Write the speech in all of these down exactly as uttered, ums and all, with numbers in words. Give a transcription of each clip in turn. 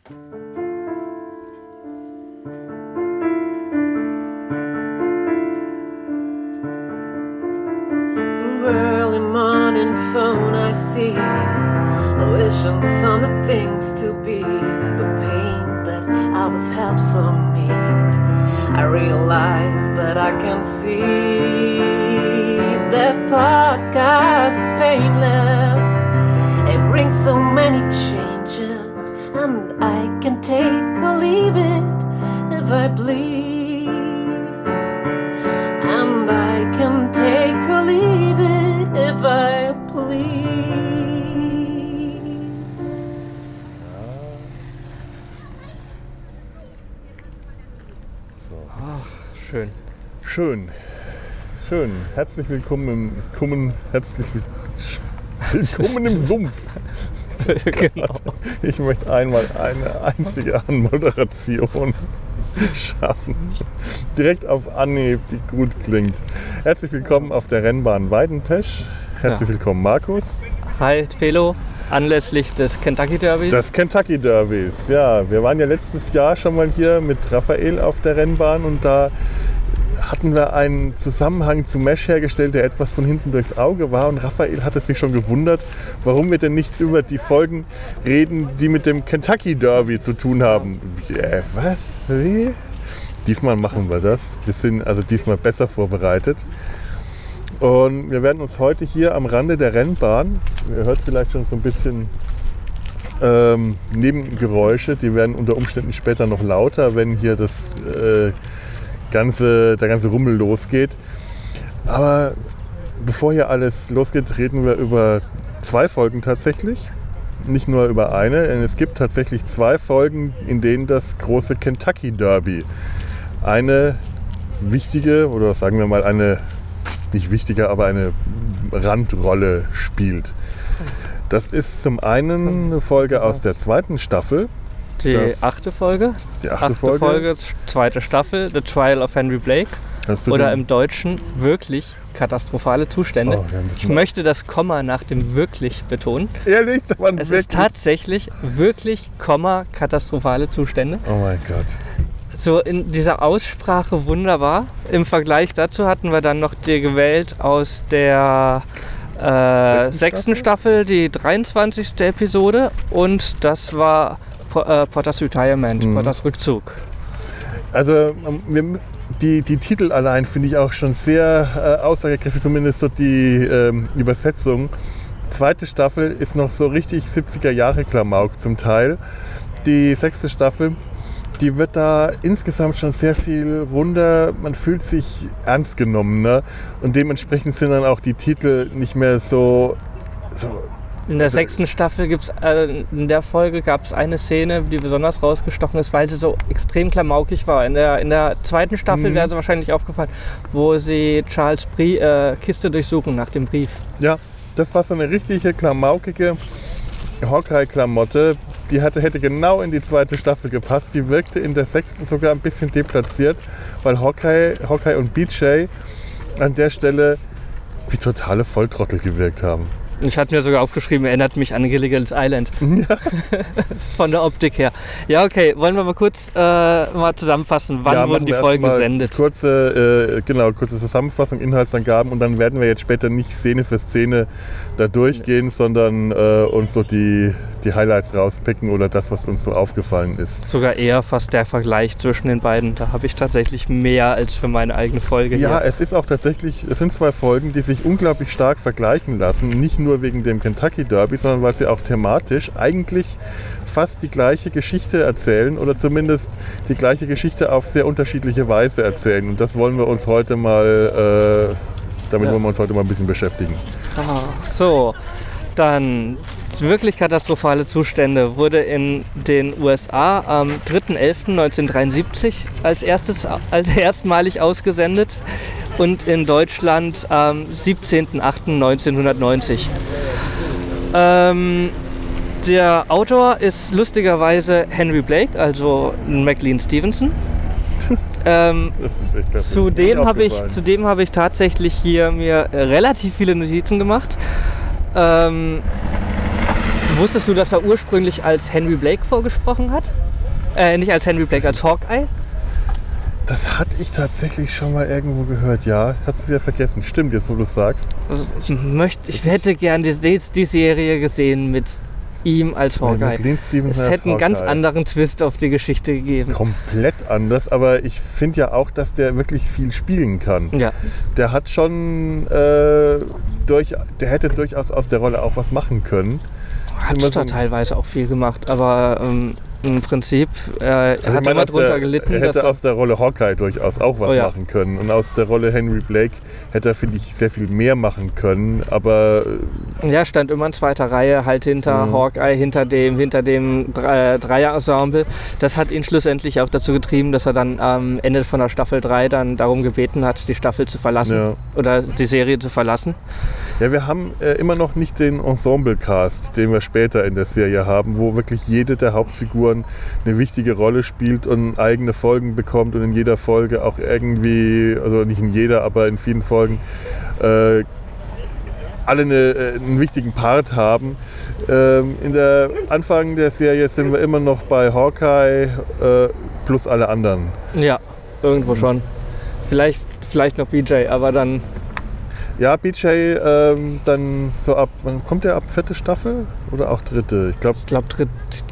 Early morning phone I see, visions on the things to be, the pain that I withheld from me. I realize that I can see that podcast is painless. It brings so many changes, and I can take or leave it if I please. And I can take or leave it if I please. Schön. Schön. Schön. Herzlich willkommen im Kummen, herzlich willkommen im Sumpf. Genau. Ich möchte einmal eine einzige Anmoderation schaffen. Direkt auf Anhieb, die gut klingt. Herzlich willkommen auf der Rennbahn Weidenpesch. Herzlich ja. willkommen, Markus. Hi, Felo. Anlässlich des Kentucky Derbys. Das Kentucky Derbys, ja. Wir waren ja letztes Jahr schon mal hier mit Raphael auf der Rennbahn und da hatten wir einen Zusammenhang zu Mesh hergestellt, der etwas von hinten durchs Auge war. Und Raphael hatte sich schon gewundert, warum wir denn nicht über die Folgen reden, die mit dem Kentucky Derby zu tun haben. Äh, was? Wie? Diesmal machen wir das. Wir sind also diesmal besser vorbereitet. Und wir werden uns heute hier am Rande der Rennbahn, ihr hört vielleicht schon so ein bisschen ähm, Nebengeräusche, die werden unter Umständen später noch lauter, wenn hier das äh, ganze, der ganze Rummel losgeht. Aber bevor hier alles losgeht, reden wir über zwei Folgen tatsächlich, nicht nur über eine. Denn es gibt tatsächlich zwei Folgen, in denen das große Kentucky Derby eine wichtige, oder sagen wir mal eine nicht wichtiger, aber eine Randrolle spielt. Das ist zum einen eine Folge aus der zweiten Staffel. Die achte Folge. Die achte, achte Folge. Folge, zweite Staffel, The Trial of Henry Blake. Oder im Deutschen wirklich katastrophale Zustände. Oh, ich möchte das Komma nach dem wirklich betonen. Ehrlich? Es wirklich? Ist tatsächlich wirklich Komma katastrophale Zustände. Oh mein Gott. So in dieser Aussprache wunderbar. Im Vergleich dazu hatten wir dann noch die gewählt aus der äh, sechsten Staffel, die dreiundzwanzigste Episode. Und das war äh, Potters Retirement, mhm. Potters Rückzug. Also wir, die, die Titel allein finde ich auch schon sehr äh, aussagekräftig, zumindest so die ähm, Übersetzung. Zweite Staffel ist noch so richtig siebziger Jahre Klamauk zum Teil. Die sechste Staffel, die wird da insgesamt schon sehr viel runder, man fühlt sich ernst genommen, ne? Und dementsprechend sind dann auch die Titel nicht mehr so... so in der also sechsten Staffel gibt's, äh, in der Folge gab es eine Szene, die besonders rausgestochen ist, weil sie so extrem klamaukig war. In der, in der zweiten Staffel mhm. wäre sie wahrscheinlich aufgefallen, wo sie Charles Brie, äh, Kiste durchsuchen nach dem Brief. Ja, das war so eine richtige klamaukige Hawkeye-Klamotte. Die hatte, hätte genau in die zweite Staffel gepasst. Die wirkte in der sechsten sogar ein bisschen deplatziert, weil Hawkeye, Hawkeye und B J an der Stelle wie totale Volltrottel gewirkt haben. Ich hatte mir sogar aufgeschrieben, erinnert mich an Gilligan's Island. Ja. Von der Optik her. Ja, okay. Wollen wir mal kurz äh, mal zusammenfassen, wann ja, wurden die Folgen gesendet? Kurze, äh, genau, kurze Zusammenfassung, Inhaltsangaben und dann werden wir jetzt später nicht Szene für Szene da durchgehen, ja. sondern äh, uns so die, die Highlights rauspicken oder das, was uns so aufgefallen ist. Sogar eher fast der Vergleich zwischen den beiden. Da habe ich tatsächlich mehr als für meine eigene Folge. Ja, hier. Es ist auch tatsächlich, es sind zwei Folgen, die sich unglaublich stark vergleichen lassen. Nicht nur nur wegen dem Kentucky Derby, sondern weil sie auch thematisch eigentlich fast die gleiche Geschichte erzählen oder zumindest die gleiche Geschichte auf sehr unterschiedliche Weise erzählen. Und das wollen wir uns heute mal, äh, damit ja. wollen wir uns heute mal ein bisschen beschäftigen. Ah, so, dann wirklich katastrophale Zustände wurde in den U S A am dritter elfter neunzehnhundertdreiundsiebzig als erstes, als erstmalig ausgesendet. Und in Deutschland am siebzehnter achter neunzehnhundertneunzig. Ähm, der Autor ist lustigerweise Henry Blake, also Maclean Stevenson. ähm, zudem habe ich, zudem habe ich tatsächlich hier mir relativ viele Notizen gemacht. Ähm, Wusstest du, dass er ursprünglich als Henry Blake vorgesprochen hat? Äh, nicht als Henry Blake, als Hawkeye? Das hatte ich tatsächlich schon mal irgendwo gehört, ja. Hat's wieder vergessen. Stimmt, jetzt wo du es sagst. Also, ich, möchte, ich hätte gern die, die Serie gesehen mit ihm als Hawkeye. Ja, es hätte einen ganz anderen Twist auf die Geschichte gegeben. Komplett anders, aber ich finde ja auch, dass der wirklich viel spielen kann. Ja. Der hat schon äh, durch, der hätte durchaus aus der Rolle auch was machen können. Hat so teilweise auch viel gemacht, aber ähm, im Prinzip, äh, er also hat meine, immer drunter der, gelitten. Er hätte dass er aus der Rolle Hawkeye durchaus auch was oh, ja. machen können. Und aus der Rolle Henry Blake hätte er, finde ich, sehr viel mehr machen können. Aber ja, stand immer in zweiter Reihe, halt hinter mhm. Hawkeye, hinter dem, hinter dem Dreier-Ensemble. Das hat ihn schlussendlich auch dazu getrieben, dass er dann am Ende von der Staffel drei dann darum gebeten hat, die Staffel zu verlassen ja. oder die Serie zu verlassen. Ja, wir haben äh, immer noch nicht den Ensemble-Cast, den wir später in der Serie haben, wo wirklich jede der Hauptfiguren eine wichtige Rolle spielt und eigene Folgen bekommt und in jeder Folge auch irgendwie, also nicht in jeder, aber in vielen Folgen äh, alle eine, einen wichtigen Part haben. Ähm, in der Anfang der Serie sind wir immer noch bei Hawkeye äh, plus alle anderen. Ja, irgendwo schon. Vielleicht, vielleicht noch B J, aber dann... Ja, B J ähm, dann so ab, wann kommt der ab? Vierte Staffel oder auch dritte? Ich glaube, ich glaube dritte.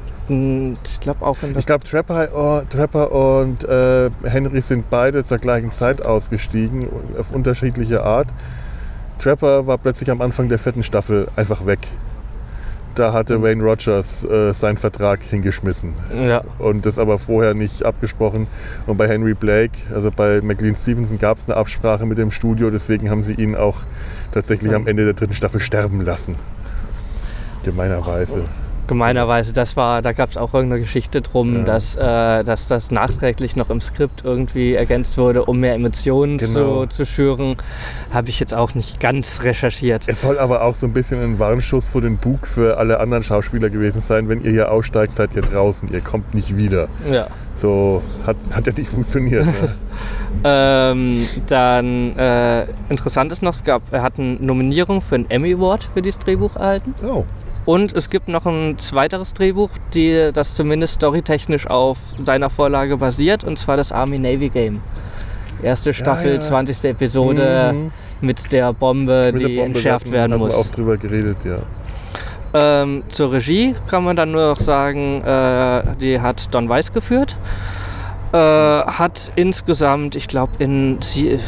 Ich glaube auch in der Ich glaube, Trapper, oh, Trapper und äh, Henry sind beide zur gleichen Zeit ausgestiegen, auf unterschiedliche Art. Trapper war plötzlich am Anfang der vierten Staffel einfach weg. Da hatte Wayne Rogers äh, seinen Vertrag hingeschmissen. Ja. Und das aber vorher nicht abgesprochen. Und bei Henry Blake, also bei McLean Stevenson, gab es eine Absprache mit dem Studio. Deswegen haben sie ihn auch tatsächlich am Ende der dritten Staffel sterben lassen. Gemeinerweise. Gemeinerweise, das war, da gab es auch irgendeine Geschichte drum, ja. dass, äh, dass das nachträglich noch im Skript irgendwie ergänzt wurde, um mehr Emotionen genau. zu, zu schüren. Habe ich jetzt auch nicht ganz recherchiert. Es soll aber auch so ein bisschen ein Warnschuss vor den Bug für alle anderen Schauspieler gewesen sein. Wenn ihr hier aussteigt, seid ihr draußen, ihr kommt nicht wieder. Ja. So hat, hat ja nicht funktioniert. Ne? ähm, dann äh, interessant ist noch, es gab, er hat eine Nominierung für einen Emmy Award für dieses Drehbuch erhalten. Oh. Und es gibt noch ein zweiteres Drehbuch, die, das zumindest storytechnisch auf seiner Vorlage basiert, und zwar das Army-Navy Game. Erste Staffel, ja, ja. zwanzigste Episode mhm. mit der Bombe, mit die der Bombe entschärft werden haben muss. Wir auch drüber geredet, ja. Ähm, zur Regie kann man dann nur noch sagen, äh, die hat Don Weiss geführt. Äh, hat insgesamt, ich glaube, in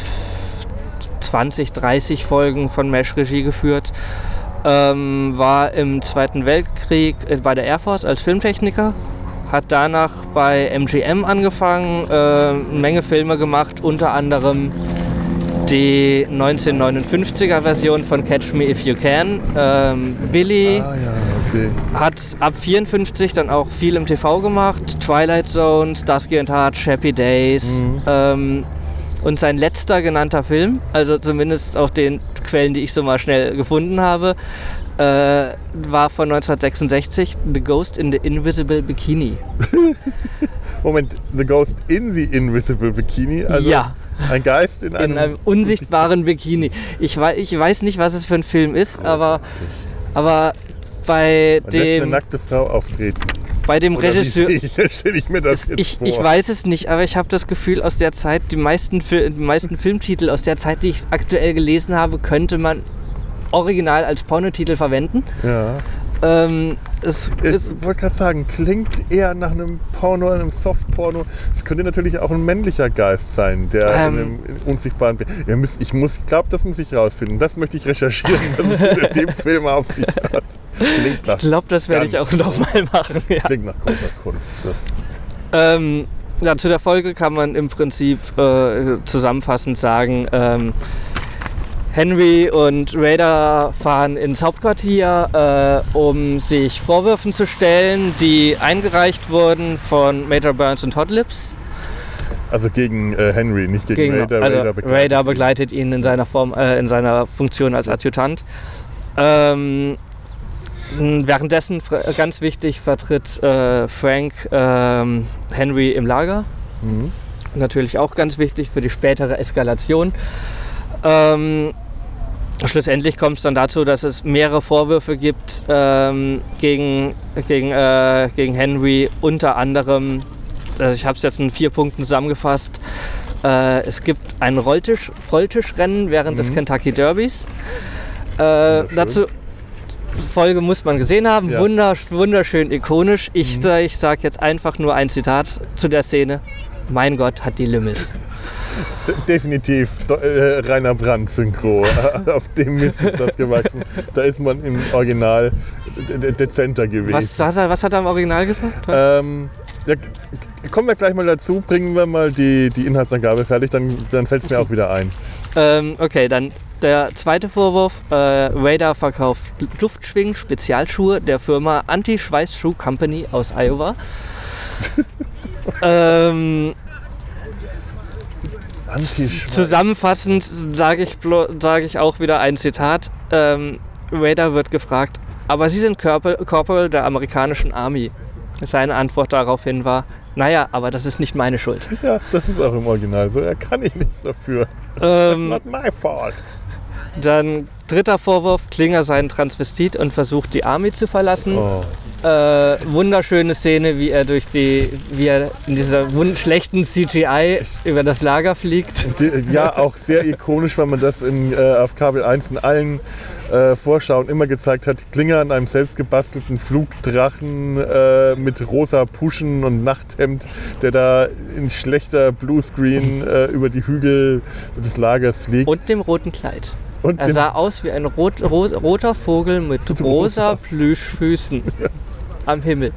zwanzig, dreißig Folgen von MASH Regie geführt. Ähm, war im Zweiten Weltkrieg bei der Air Force als Filmtechniker, hat danach bei M G M angefangen, äh, eine Menge Filme gemacht, unter anderem die neunzehnhundertneunundfünfziger Version von Catch Me If You Can. Ähm, Billy ah, ja, okay. hat ab vierundfünfzig dann auch viel im T V gemacht, Twilight Zone, Starsky and Hutch, Happy Days. Mhm. Ähm, Und sein letzter genannter Film, also zumindest auf den Quellen, die ich so mal schnell gefunden habe, äh, war von neunzehnhundertsechsundsechzig, The Ghost in the Invisible Bikini. Moment, The Ghost in the Invisible Bikini? Also ja. Ein Geist in einem, in einem unsichtbaren Bikini. Ich weiß, ich weiß nicht, was es für ein Film ist, aber, aber bei Man dem... lässt eine nackte Frau auftreten. Bei dem Oder Regisseur. Wie stelle ich mir das jetzt ich, vor? ich weiß es nicht, aber ich habe das Gefühl, aus der Zeit, die meisten, die meisten Filmtitel aus der Zeit, die ich aktuell gelesen habe, könnte man original als Pornotitel verwenden. Ja. Ähm, es, es ich wollte gerade sagen, klingt eher nach einem Porno, einem Softporno. Es könnte natürlich auch ein männlicher Geist sein, der ähm, in einem unsichtbaren... Ja, ich muss, glaube, das muss ich rausfinden. Das möchte ich recherchieren, was es mit dem Film auf sich hat. Klingt nach ich glaube, das werde ich auch nochmal machen. Ja. Klingt nach großer Kunst. Das ähm, ja, zu der Folge kann man im Prinzip äh, zusammenfassend sagen, ähm, Henry und Raider fahren ins Hauptquartier, äh, um sich Vorwürfen zu stellen, die eingereicht wurden von Major Burns und Hot Lips. Also gegen äh, Henry, nicht gegen, gegen Raider. Also Raider begleitet, Raider begleitet ihn in seiner, Form, äh, in seiner Funktion als Adjutant. Ähm, währenddessen, ganz wichtig, vertritt äh, Frank äh, Henry im Lager. Mhm. Natürlich auch ganz wichtig für die spätere Eskalation. Ähm, schlussendlich kommt es dann dazu, dass es mehrere Vorwürfe gibt ähm, gegen, gegen, äh, gegen Henry, unter anderem, also ich habe es jetzt in vier Punkten zusammengefasst, äh, es gibt ein Rolltisch, Rolltischrennen während mhm. des Kentucky Derbys. Äh, dazu Folge muss man gesehen haben, ja. Wundersch- wunderschön ikonisch. Ich, mhm. ich sage jetzt einfach nur ein Zitat zu der Szene. Mein Gott, hat die Lümmels. De- definitiv äh, Rainer Brandt Synchro. Auf dem Mist ist das gewachsen. Da ist man im Original de- dezenter gewesen. Was, was, was hat er im Original gesagt? Ähm, ja, kommen wir gleich mal dazu. Bringen wir mal die, die Inhaltsangabe fertig, dann, dann fällt es mir auch wieder ein. Ähm, okay, dann der zweite Vorwurf. Äh, Vader verkauft Luftschwingen-Spezialschuhe der Firma Anti-Schweiß-Schuh Company aus Iowa. ähm... Zusammenfassend sage ich, sag ich auch wieder ein Zitat. Ähm, Vader wird gefragt, aber Sie sind Corporal der amerikanischen Army. Seine Antwort daraufhin war, naja, aber das ist nicht meine Schuld. Ja, das ist auch im Original so. Er kann ich nichts dafür. Ähm, That's not my fault. Dann dritter Vorwurf, Klinger sei ein Transvestit und versucht die Army zu verlassen. Oh. Äh, wunderschöne Szene, wie er durch die, wie er in dieser wund- schlechten C G I über das Lager fliegt. Die, ja, auch sehr ikonisch, weil man das in, äh, auf Kabel eins in allen äh, Vorschauen immer gezeigt hat. Klinger an einem selbst gebastelten Flugdrachen äh, mit rosa Puschen und Nachthemd, der da in schlechter Bluescreen äh, über die Hügel des Lagers fliegt. Und dem roten Kleid. Und er sah aus wie ein rot, rot, roter Vogel mit, mit rosa, rosa Plüschfüßen am Himmel.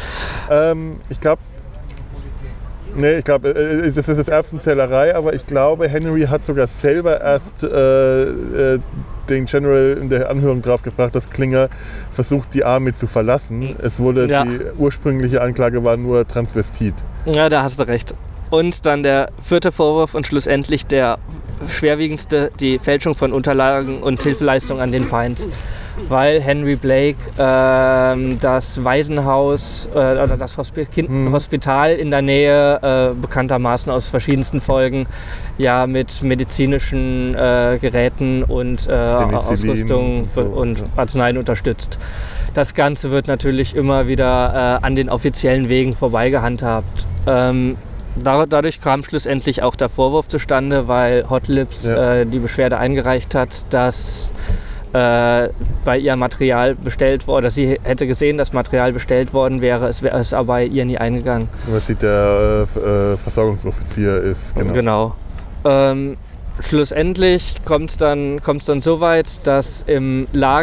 Ähm, ich glaube, nee, ich glaube, äh, das ist jetzt Erbsenzählerei, aber ich glaube, Henry hat sogar selber erst äh, äh, den General in der Anhörung draufgebracht, dass Klinger versucht, die Army zu verlassen. Es wurde, ja. Die ursprüngliche Anklage war nur Transvestit. Ja, da hast du recht. Und dann der vierte Vorwurf und schlussendlich der schwerwiegendste, die Fälschung von Unterlagen und Hilfeleistung an den Feind. Weil Henry Blake ähm, das Waisenhaus äh, oder das Hospi- kind- hm. Hospital in der Nähe äh, bekanntermaßen aus verschiedensten Folgen ja mit medizinischen äh, Geräten und äh, Ausrüstung so, und ja. Arzneien unterstützt. Das Ganze wird natürlich immer wieder äh, an den offiziellen Wegen vorbei gehandhabt. Ähm, Dadurch kam schlussendlich auch der Vorwurf zustande, weil Hot Lips ja. äh, die Beschwerde eingereicht hat, dass äh, bei ihr Material bestellt wurde, oder sie hätte gesehen, dass Material bestellt worden wäre, es wäre es aber bei ihr nie eingegangen. Was sie der äh, Versorgungsoffizier ist. Genau. genau. Ähm, schlussendlich kommt es dann, kommt's dann so weit, dass im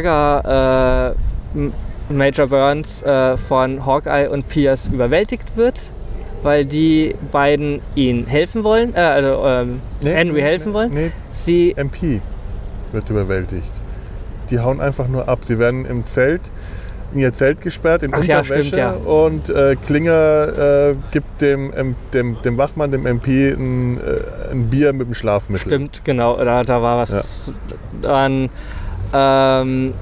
Lager äh, Major Burns äh, von Hawkeye und Pierce überwältigt wird, weil die beiden ihnen helfen wollen, äh, also ähm, nee, Henry helfen nee, wollen. Nee, Sie M P wird überwältigt. Die hauen einfach nur ab. Sie werden im Zelt, in ihr Zelt gesperrt, in Ach, Unterwäsche. Ja, stimmt, ja. Und äh, Klinger äh, gibt dem, dem, dem Wachmann, dem M P, ein, äh, ein Bier mit dem Schlafmittel. Stimmt, genau. Da, da war was. Ja. Dann, ähm,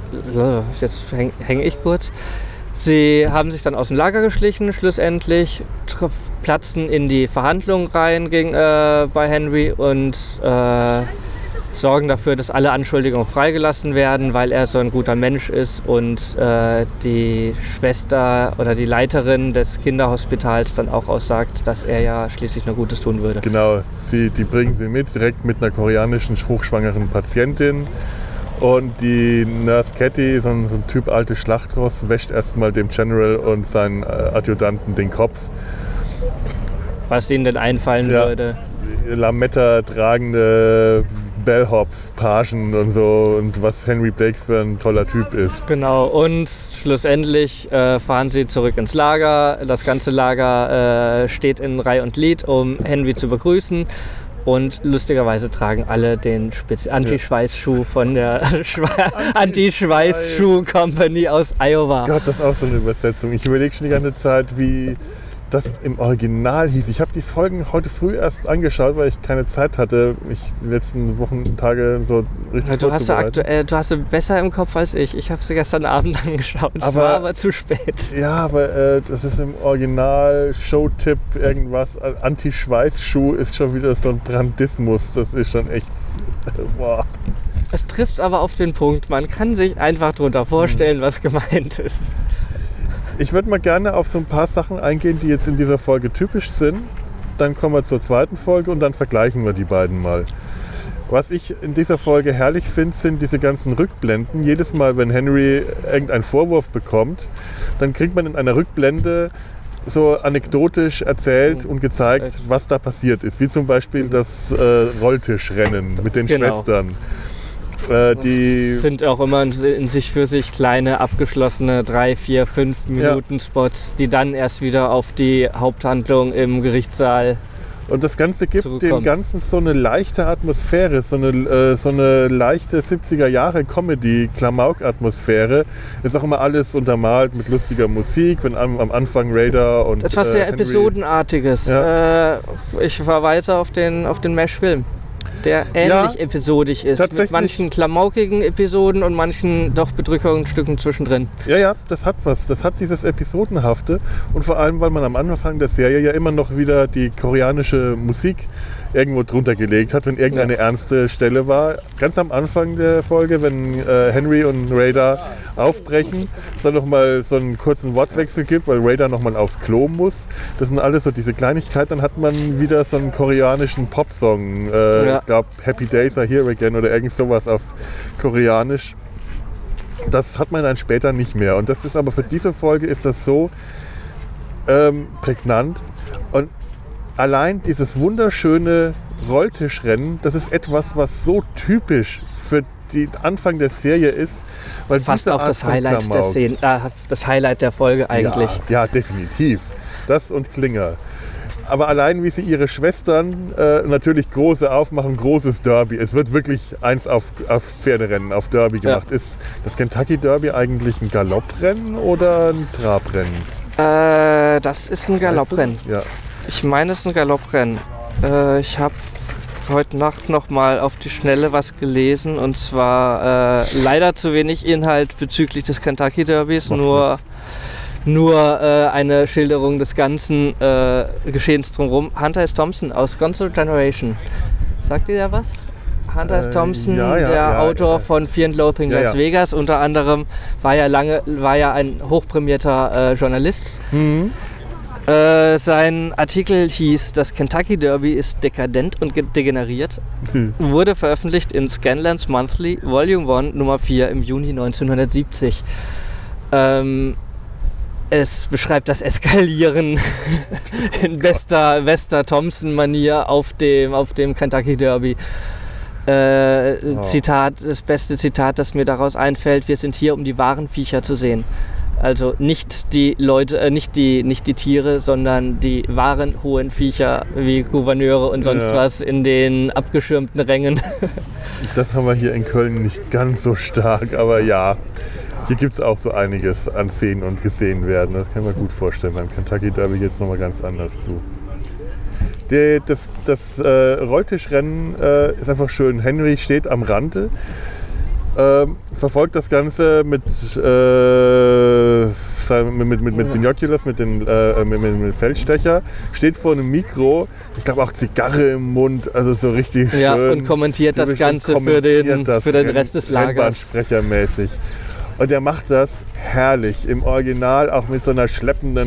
jetzt hänge häng ich kurz. Sie haben sich dann aus dem Lager geschlichen, schlussendlich treff, platzen in die Verhandlungen rein gegen, äh, bei Henry und äh, sorgen dafür, dass alle Anschuldigungen freigelassen werden, weil er so ein guter Mensch ist und äh, die Schwester oder die Leiterin des Kinderhospitals dann auch aussagt, dass er ja schließlich nur Gutes tun würde. Genau, sie, die bringen sie mit, direkt mit einer koreanischen hochschwangeren Patientin. Und die Nurse Catty, so ein, so ein Typ altes Schlachtross, wäscht erstmal dem General und seinen äh, Adjutanten den Kopf. Was ihnen denn einfallen ja, würde. Lametta tragende Bellhops, Pagen und so und was Henry Blake für ein toller Typ ist. Genau, und schlussendlich äh, fahren sie zurück ins Lager. Das ganze Lager äh, steht in Reihe und Glied, um Henry zu begrüßen. Und lustigerweise tragen alle den Spezi- Anti-Schweiß-Schuh von der Anti-Schweiß-Schuh-Company aus Iowa. Gott, das ist auch so eine Übersetzung. Ich überlege schon die ganze Zeit, wie das im Original hieß. Ich habe die Folgen heute früh erst angeschaut, weil ich keine Zeit hatte, mich die letzten Wochen und Tage so richtig ja, du hast vorzubereiten. Aktuell, du hast sie besser im Kopf als ich. Ich habe sie gestern Abend angeschaut. Es aber, war aber zu spät. Ja, aber äh, das ist im Original Showtipp irgendwas. Anti-Schweiß-Schuh ist schon wieder so ein Brandismus. Das ist schon echt... Boah. Es trifft aber auf den Punkt. Man kann sich einfach darunter vorstellen, was gemeint ist. Ich würde mal gerne auf so ein paar Sachen eingehen, die jetzt in dieser Folge typisch sind. Dann kommen wir zur zweiten Folge und dann vergleichen wir die beiden mal. Was ich in dieser Folge herrlich finde, sind diese ganzen Rückblenden. Jedes Mal, wenn Henry irgendeinen Vorwurf bekommt, dann kriegt man in einer Rückblende so anekdotisch erzählt und gezeigt, was da passiert ist. Wie zum Beispiel das äh, Rolltischrennen mit den Genau. Schwestern. Äh, die Sind auch immer in sich für sich kleine, abgeschlossene drei, vier, fünf Minuten Spots, die dann erst wieder auf die Haupthandlung im Gerichtssaal. Und das Ganze gibt dem zurückkommen. Ganzen so eine leichte Atmosphäre, so eine, äh, so eine leichte siebziger Jahre Comedy, Klamauk-Atmosphäre. Ist auch immer alles untermalt mit lustiger Musik, wenn am, am Anfang Raider und Etwas äh, sehr Henry- Episodenartiges. Ja. Äh, ich verweise auf den, auf den Mesh-Film, der ähnlich Ja, episodig ist. tatsächlich. Mit manchen klamaukigen Episoden und manchen doch bedrückenden Stücken zwischendrin. Ja, ja, das hat was. Das hat dieses Episodenhafte. Und vor allem, weil man am Anfang der Serie ja immer noch wieder die koreanische Musik irgendwo drunter gelegt hat, wenn irgendeine Ja. ernste Stelle war. Ganz am Anfang der Folge, wenn äh, Henry und Raider aufbrechen, es dann nochmal so einen kurzen Wortwechsel gibt, weil Raider nochmal aufs Klo muss. Das sind alles so diese Kleinigkeiten. Dann hat man wieder so einen koreanischen Popsong. Äh, Ja. Ich glaube, Happy Days are here again oder irgend sowas auf Koreanisch. Das hat man dann später nicht mehr. Und das ist aber für diese Folge ist das so ähm, prägnant. Und allein dieses wunderschöne Rolltischrennen, das ist etwas, was so typisch für den Anfang der Serie ist. Weil Fast diese auch Art das von Highlight der Klamauk- Szene, äh, das Highlight der Folge eigentlich. Ja, ja, definitiv. Das und Klinger. Aber allein wie sie ihre Schwestern äh, natürlich große aufmachen, großes Derby. Es wird wirklich eins auf, auf Pferderennen, auf Derby gemacht. Ja. Ist das Kentucky Derby eigentlich ein Galopprennen oder ein Trabrennen? Äh, das ist ein Galopprennen. Weißt du? Ja. Ich meine, es ist ein Galopprennen. Äh, ich habe heute Nacht noch mal auf die Schnelle was gelesen und zwar äh, leider zu wenig Inhalt bezüglich des Kentucky Derbys, Macht nur, nix. nur äh, eine Schilderung des ganzen äh, Geschehens drumherum. Hunter S. Thompson aus Gonzo Generation. Sagt ihr da was? Hunter S. Äh, Thompson, ja, ja, der ja, Autor ja. von Fear and Loathing in Ja, Las ja. Vegas unter anderem, war ja lange, war ja ein hochprämierter äh, Journalist. Mhm. Äh, sein Artikel hieß "Das Kentucky Derby ist dekadent und ge- degeneriert", wurde veröffentlicht in Scanlan's Monthly Volume eins Nummer vier im Juni neunzehnhundertsiebzig. Ähm, es beschreibt das Eskalieren in bester, bester Thompson-Manier auf dem, auf dem Kentucky Derby. Äh, Oh. Zitat, das beste Zitat, das mir daraus einfällt: "Wir sind hier, um die wahren Viecher zu sehen." Also nicht die Leute, äh, nicht die, nicht die Tiere, sondern die wahren hohen Viecher wie Gouverneure und sonst Ja. was in den abgeschirmten Rängen. Das haben wir hier in Köln nicht ganz so stark, aber ja. Hier gibt es auch so einiges an Szenen und gesehen werden. Das kann man gut vorstellen. Beim Kentucky Derby geht es nochmal ganz anders zu. Der, das das äh, Rolltischrennen äh, ist einfach schön. Henry steht am Rande, ähm, verfolgt das Ganze mit, äh, sein- mit, mit, mit Binoculars, mit dem äh, mit, mit, mit Feldstecher, steht vor einem Mikro, ich glaube auch Zigarre im Mund, also so richtig schön. Ja, und kommentiert das Typisch, Ganze und für den, kommentiert das für den Renn- Rest des Lagers. Rennbahnsprechermäßig. Und er macht das herrlich, im Original auch mit so einer schleppenden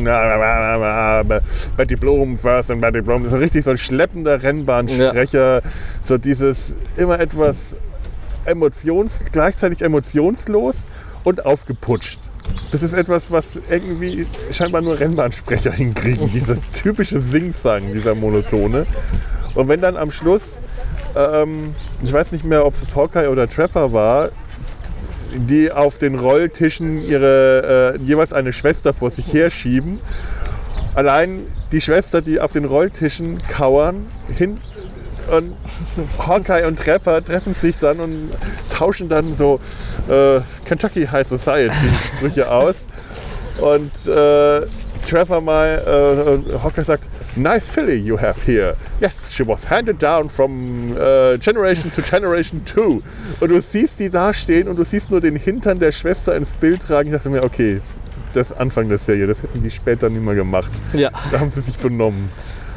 Betty Bloom first und Betty Bloom. So richtig so ein schleppender Rennbahnsprecher. So dieses immer etwas emotions, gleichzeitig emotionslos und aufgeputscht. Das ist etwas, was irgendwie scheinbar nur Rennbahnsprecher hinkriegen. Dieser typische Singsang, dieser monotone. Und wenn dann am Schluss, ähm, ich weiß nicht mehr, ob es Hawkeye oder Trapper war, die auf den Rolltischen ihre äh, jeweils eine Schwester vor sich herschieben. Allein die Schwester, die auf den Rolltischen kauern, hin und Hawkeye und Trapper treffen sich dann und tauschen dann so äh, Kentucky High Society Sprüche aus. Und äh, Trapper mal, äh, Hawkeye sagt, "Nice filly you have here. Yes, she was handed down from uh, generation to generation two." Und du siehst die da stehen und du siehst nur den Hintern der Schwester ins Bild tragen. Ich dachte mir, okay, das ist Anfang der Serie, das hätten die später nicht mehr gemacht. Ja. Da haben sie sich benommen.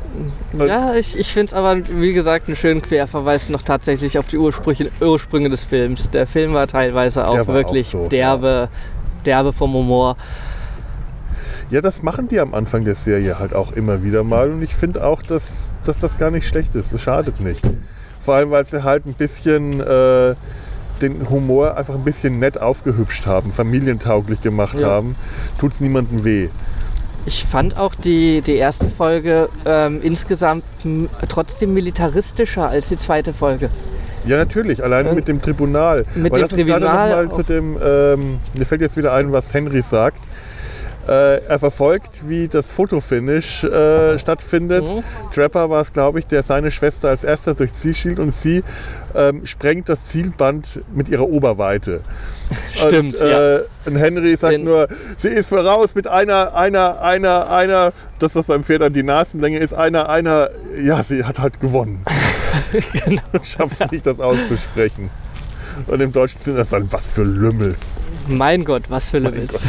Ja, ich, ich finde es aber, wie gesagt, einen schönen Querverweis noch tatsächlich auf die Ursprünge, Ursprünge des Films. Der Film war teilweise auch war wirklich auch so, derbe, ja. derbe vom Humor. Ja, das machen die am Anfang der Serie halt auch immer wieder mal und ich finde auch, dass, dass das gar nicht schlecht ist. Das schadet nicht. Vor allem, weil sie halt ein bisschen äh, den Humor einfach ein bisschen nett aufgehübscht haben, familientauglich gemacht ja. haben. Tut es niemandem weh. Ich fand auch die, die erste Folge ähm, insgesamt m- trotzdem militaristischer als die zweite Folge. Ja, natürlich, allein äh, mit dem Tribunal. Mit Aber dem das Tribunal. Ist gerade noch mal zu dem, ähm, mir fällt jetzt wieder ein, was Henry sagt. Äh, er verfolgt, wie das Fotofinish äh, stattfindet. Mhm. Trapper war es, glaube ich, der seine Schwester als erster durch Ziel schielt und sie ähm, sprengt das Zielband mit ihrer Oberweite. Stimmt, und, äh, ja. Und Henry sagt Den nur, sie ist voraus mit einer, einer, einer, einer, das, was beim Pferd an die Nasenlänge ist, einer, einer, ja, sie hat halt gewonnen. Genau. Und schafft sich das auszusprechen. Und im Deutschen sind das dann, was für Lümmels. Mein Gott, was für Lümmels.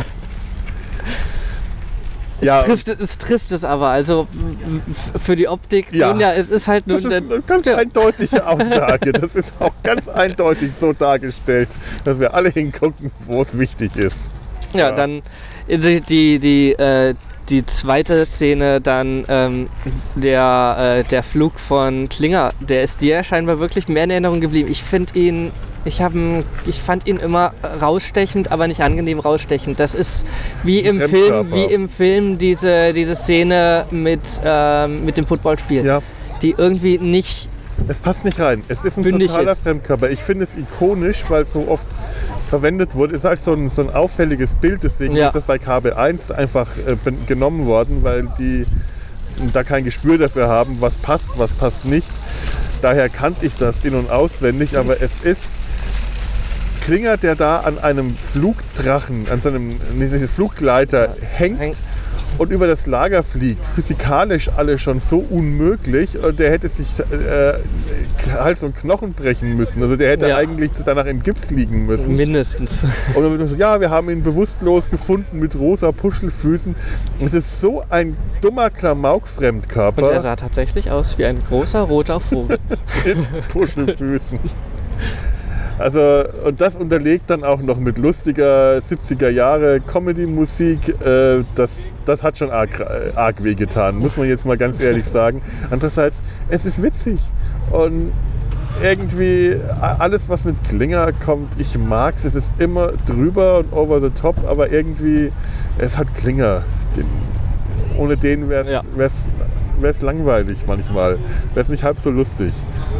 Es, ja, trifft, es trifft es aber, also für die Optik, ja, nun ja, es ist halt nur... Das ist eine ganz ja. eindeutige Aussage, das ist auch ganz eindeutig so dargestellt, dass wir alle hingucken, wo es wichtig ist. Ja, ja. Dann die, die, die, äh, die zweite Szene, dann ähm, der, äh, der Flug von Klinger, der ist dir scheinbar wirklich mehr in Erinnerung geblieben. Ich finde ihn... Ich, hab, ich fand ihn immer rausstechend, aber nicht angenehm rausstechend. Das ist wie im Film, wie im Film diese, diese Szene mit, ähm, mit dem Footballspiel, ja. die irgendwie nicht. Es passt nicht rein. Es ist ein totaler ist. Fremdkörper. Ich finde es ikonisch, weil es so oft verwendet wurde. Es ist halt so ein, so ein auffälliges Bild. Deswegen ja. ist das bei Kabel eins einfach äh, genommen worden, weil die da kein Gespür dafür haben, was passt, was passt nicht. Daher kannte ich das in- und auswendig, aber es ist Klinger, der da an einem Flugdrachen, an seinem Fluggleiter hängt und über das Lager fliegt. Physikalisch alles schon so unmöglich. Und der hätte sich äh, Hals und Knochen brechen müssen. Also der hätte ja. eigentlich danach in Gips liegen müssen. Mindestens. Und dann wird so, ja, wir haben ihn bewusstlos gefunden mit rosa Puschelfüßen. Es ist so ein dummer Klamauk-Fremdkörper. Und er sah tatsächlich aus wie ein großer roter Vogel. Mit Puschelfüßen. Also, und das unterlegt dann auch noch mit lustiger siebziger Jahre Comedy-Musik. Äh, das, das hat schon arg, arg wehgetan, muss man jetzt mal ganz ehrlich sagen. Andererseits, es ist witzig. Und irgendwie alles, was mit Klinger kommt, ich mag es. Es ist immer drüber und over the top, aber irgendwie, es hat Klinger. Den, ohne den wäre es ja. wär's, wär's langweilig manchmal. Wäre es nicht halb so lustig.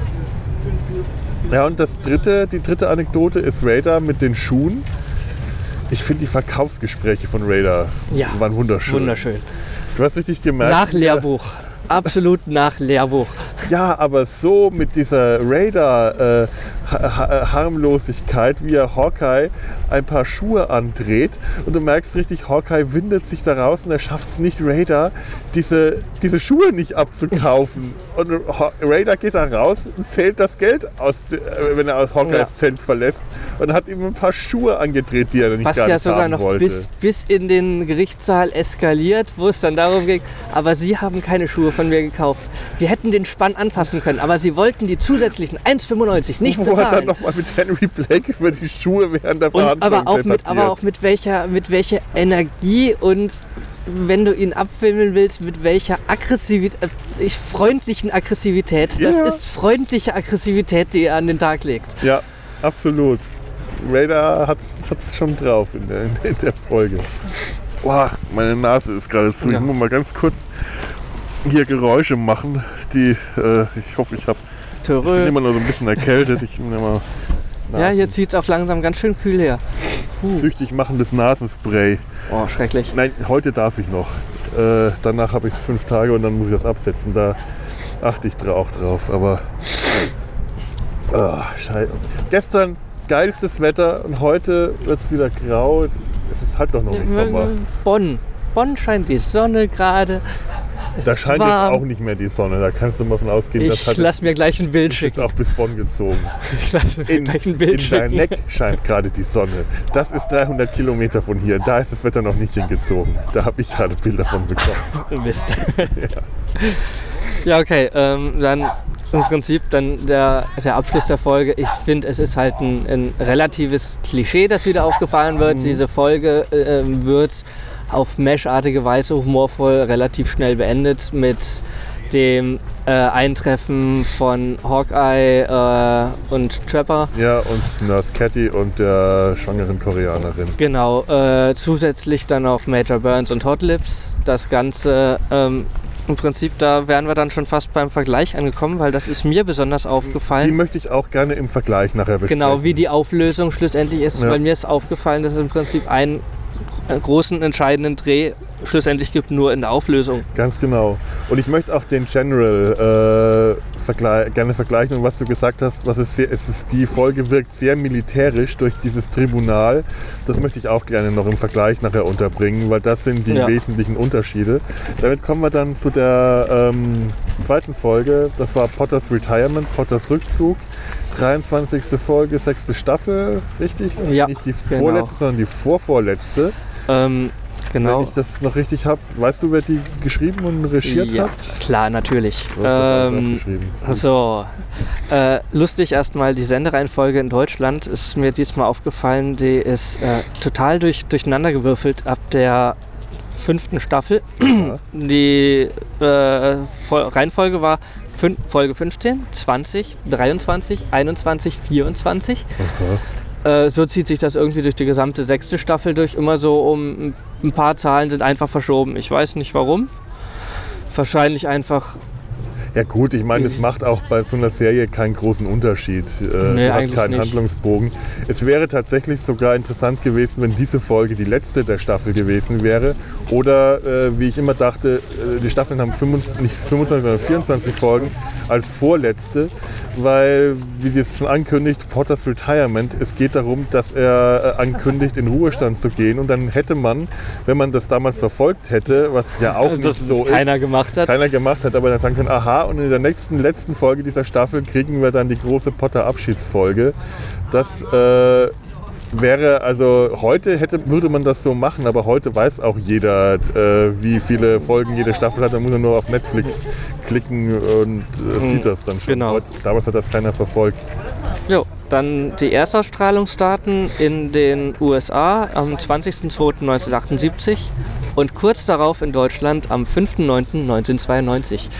Ja, und das dritte, die dritte Anekdote ist Radar mit den Schuhen. Ich finde die Verkaufsgespräche von Radar ja, waren wunderschön. Wunderschön. Du hast richtig gemerkt. Nach Lehrbuch. Absolut nach Lehrbuch. Ja, aber so mit dieser Radar äh, ha- Harmlosigkeit, wie er Hawkeye ein paar Schuhe andreht und du merkst richtig, Hawkeye windet sich da raus und er schafft es nicht, Radar diese, diese Schuhe nicht abzukaufen. Und Radar geht da raus und zählt das Geld aus, wenn er aus Hawkeyes ja. Zelt verlässt und hat ihm ein paar Schuhe angedreht, die er nicht Was gar ja nicht sogar haben noch wollte. bis, bis in den Gerichtssaal eskaliert, wo es dann darum ging, aber Sie haben keine Schuhe von mir gekauft. Wir hätten den Spann anpassen können, aber Sie wollten die zusätzlichen eins Komma fünfundneunzig nicht bezahlen. Wo er dann nochmal mit Henry Blake über die Schuhe während der Verhandlung aber auch mit, aber auch mit welcher, mit welcher Energie und wenn du ihn abfilmen willst, mit welcher Aggressivität, äh, freundlichen Aggressivität. Das ja. ist freundliche Aggressivität, die er an den Tag legt. Ja, absolut. Radar hat es schon drauf in der, in der Folge. Boah, meine Nase ist gerade zu. Ja. Ich muss mal ganz kurz hier Geräusche machen, die äh, ich hoffe, ich habe ich bin immer nur so ein bisschen erkältet. Ich nehme mal Nasen. Ja, hier zieht es auch langsam ganz schön kühl her. Uh. Süchtig machendes Nasenspray. Oh, schrecklich. Nein, heute darf ich noch. Äh, danach habe ich es fünf Tage und dann muss ich das absetzen. Da achte ich auch drauf. Aber oh, Scheiße. Gestern geilstes Wetter und heute wird es wieder grau. Es ist halt doch noch nicht Sommer. Bonn. Bonn scheint die Sonne gerade. Da scheint warm. Jetzt auch nicht mehr die Sonne. Da kannst du mal von ausgehen, ich das hat lass mir gleich ein Bild schicken. Ist auch bis Bonn gezogen. Ich lass mir in, gleich ein Bild in schicken. In dein Neck scheint gerade die Sonne. Das ist dreihundert Kilometer von hier. Da ist das Wetter noch nicht hingezogen. Da habe ich gerade Bilder von bekommen. Mist. Ja, ja okay. Ähm, dann im Prinzip dann der, der Abschluss der Folge. Ich finde, es ist halt ein, ein relatives Klischee, das wieder aufgefahren wird. Mhm. Diese Folge äh, wird auf Mesh-artige Weise humorvoll relativ schnell beendet mit dem äh, Eintreffen von Hawkeye äh, und Trapper. Ja, und Nurse Catty und der schwangeren Koreanerin. Genau, äh, zusätzlich dann auch Major Burns und Hot Lips. Das Ganze, ähm, im Prinzip, da wären wir dann schon fast beim Vergleich angekommen, weil das ist mir besonders aufgefallen. Die möchte ich auch gerne im Vergleich nachher besprechen. Genau, wie die Auflösung schlussendlich ist, ja. Weil mir ist aufgefallen, dass es im Prinzip einen großen, entscheidenden Dreh schlussendlich gibt, nur in der Auflösung. Ganz genau. Und ich möchte auch den General äh, vergle- gerne vergleichen. Und was du gesagt hast, was es, sehr, es ist, die Folge wirkt sehr militärisch durch dieses Tribunal. Das möchte ich auch gerne noch im Vergleich nachher unterbringen, weil das sind die ja. wesentlichen Unterschiede. Damit kommen wir dann zu der ähm, zweiten Folge. Das war Potters Retirement, Potters Rückzug. dreiundzwanzigste Folge, sechste Staffel, richtig? Ja, nicht die genau. vorletzte, sondern die vorvorletzte. Ähm, genau. Wenn ich das noch richtig habe. Weißt du, wer die geschrieben und regiert ja, hat? Klar, natürlich. Ähm, so, äh, lustig erstmal, die Sendereihenfolge in Deutschland ist mir diesmal aufgefallen, die ist äh, total durch, durcheinandergewürfelt ab der fünften Staffel. Ja. Die äh, Reihenfolge war fün- Folge fünfzehn, zwanzig, dreiundzwanzig, einundzwanzig, vierundzwanzig. Okay. Äh, so zieht sich das irgendwie durch die gesamte sechste Staffel durch. Immer so um ein paar Zahlen sind einfach verschoben. Ich weiß nicht warum. Wahrscheinlich einfach... Ja gut, ich meine, es macht auch bei so einer Serie keinen großen Unterschied. Äh, nee, du hast keinen nicht. Handlungsbogen. Es wäre tatsächlich sogar interessant gewesen, wenn diese Folge die letzte der Staffel gewesen wäre. Oder, äh, wie ich immer dachte, äh, die Staffeln haben fünfundzwanzig, nicht fünfundzwanzig, sondern vierundzwanzig Folgen als vorletzte. Weil, wie das schon ankündigt, Potters Retirement, es geht darum, dass er äh, ankündigt, in Ruhestand zu gehen. Und dann hätte man, wenn man das damals verfolgt hätte, was ja auch nicht das so ist, keiner gemacht hat. keiner gemacht hat, aber dann sagen können, aha, und in der nächsten, letzten Folge dieser Staffel kriegen wir dann die große Potter-Abschiedsfolge. Das äh, wäre, also heute hätte, würde man das so machen, aber heute weiß auch jeder, äh, wie viele Folgen jede Staffel hat. Da muss er nur auf Netflix klicken und äh, sieht das dann schon. Genau. Heute, damals hat das keiner verfolgt. Jo, dann die Erstausstrahlungsdaten in den U S A am zwanzigsten zweiten neunzehnhundertachtundsiebzig und kurz darauf in Deutschland am fünften neunten neunzehnhundertzweiundneunzig.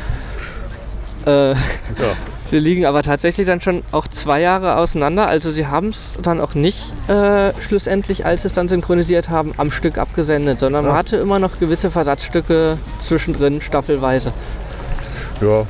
Äh, ja. Wir liegen aber tatsächlich dann schon auch zwei Jahre auseinander. Also sie haben es dann auch nicht äh, schlussendlich, als sie es dann synchronisiert haben, am Stück abgesendet, sondern ja. man hatte immer noch gewisse Versatzstücke zwischendrin, staffelweise. Ja,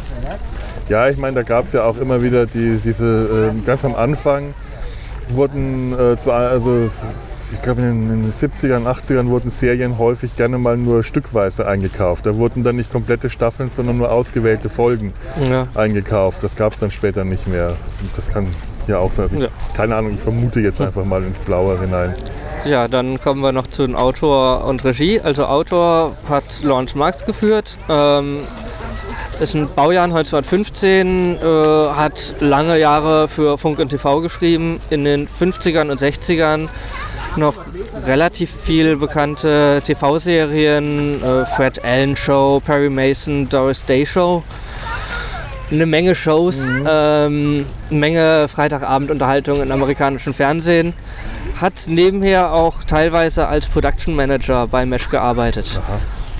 ja ich meine, da gab es ja auch immer wieder die, diese, äh, ganz am Anfang wurden, äh, zu, also ich glaube in den siebzigern, achtzigern wurden Serien häufig gerne mal nur stückweise eingekauft. Da wurden dann nicht komplette Staffeln, sondern nur ausgewählte Folgen ja. eingekauft. Das gab es dann später nicht mehr. Das kann ja auch sein. Also ich, ja. Keine Ahnung, ich vermute jetzt einfach mal ins Blaue hinein. Ja, dann kommen wir noch zu den Autor und Regie. Also Autor hat Lawrence Marks geführt. Ähm, ist ein Baujahr neunzehnhundertfünfzehn, äh, hat lange Jahre für Funk und T V geschrieben. In den fünfzigern und sechzigern noch relativ viel bekannte T V-Serien, äh, Fred Allen Show, Perry Mason, Doris Day Show. Eine Menge Shows, mhm. ähm, eine Menge Freitagabendunterhaltung im amerikanischen Fernsehen. Hat nebenher auch teilweise als Production Manager bei Mesh gearbeitet. Aha.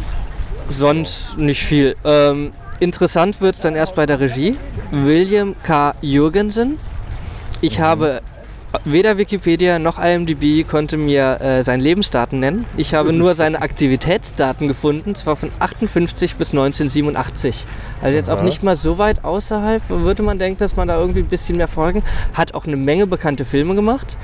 Sonst nicht viel. Ähm, interessant wird es dann erst bei der Regie. William K. Jurgensen. Ich mhm. habe weder Wikipedia noch I M D B konnte mir äh, seine Lebensdaten nennen. Ich habe nur seine Aktivitätsdaten gefunden, zwar von achtundfünfzig bis neunzehnhundertsiebenundachtzig. Also jetzt Aha. auch nicht mal so weit außerhalb, würde man denken, dass man da irgendwie ein bisschen mehr folgen. Hat auch eine Menge bekannte Filme gemacht.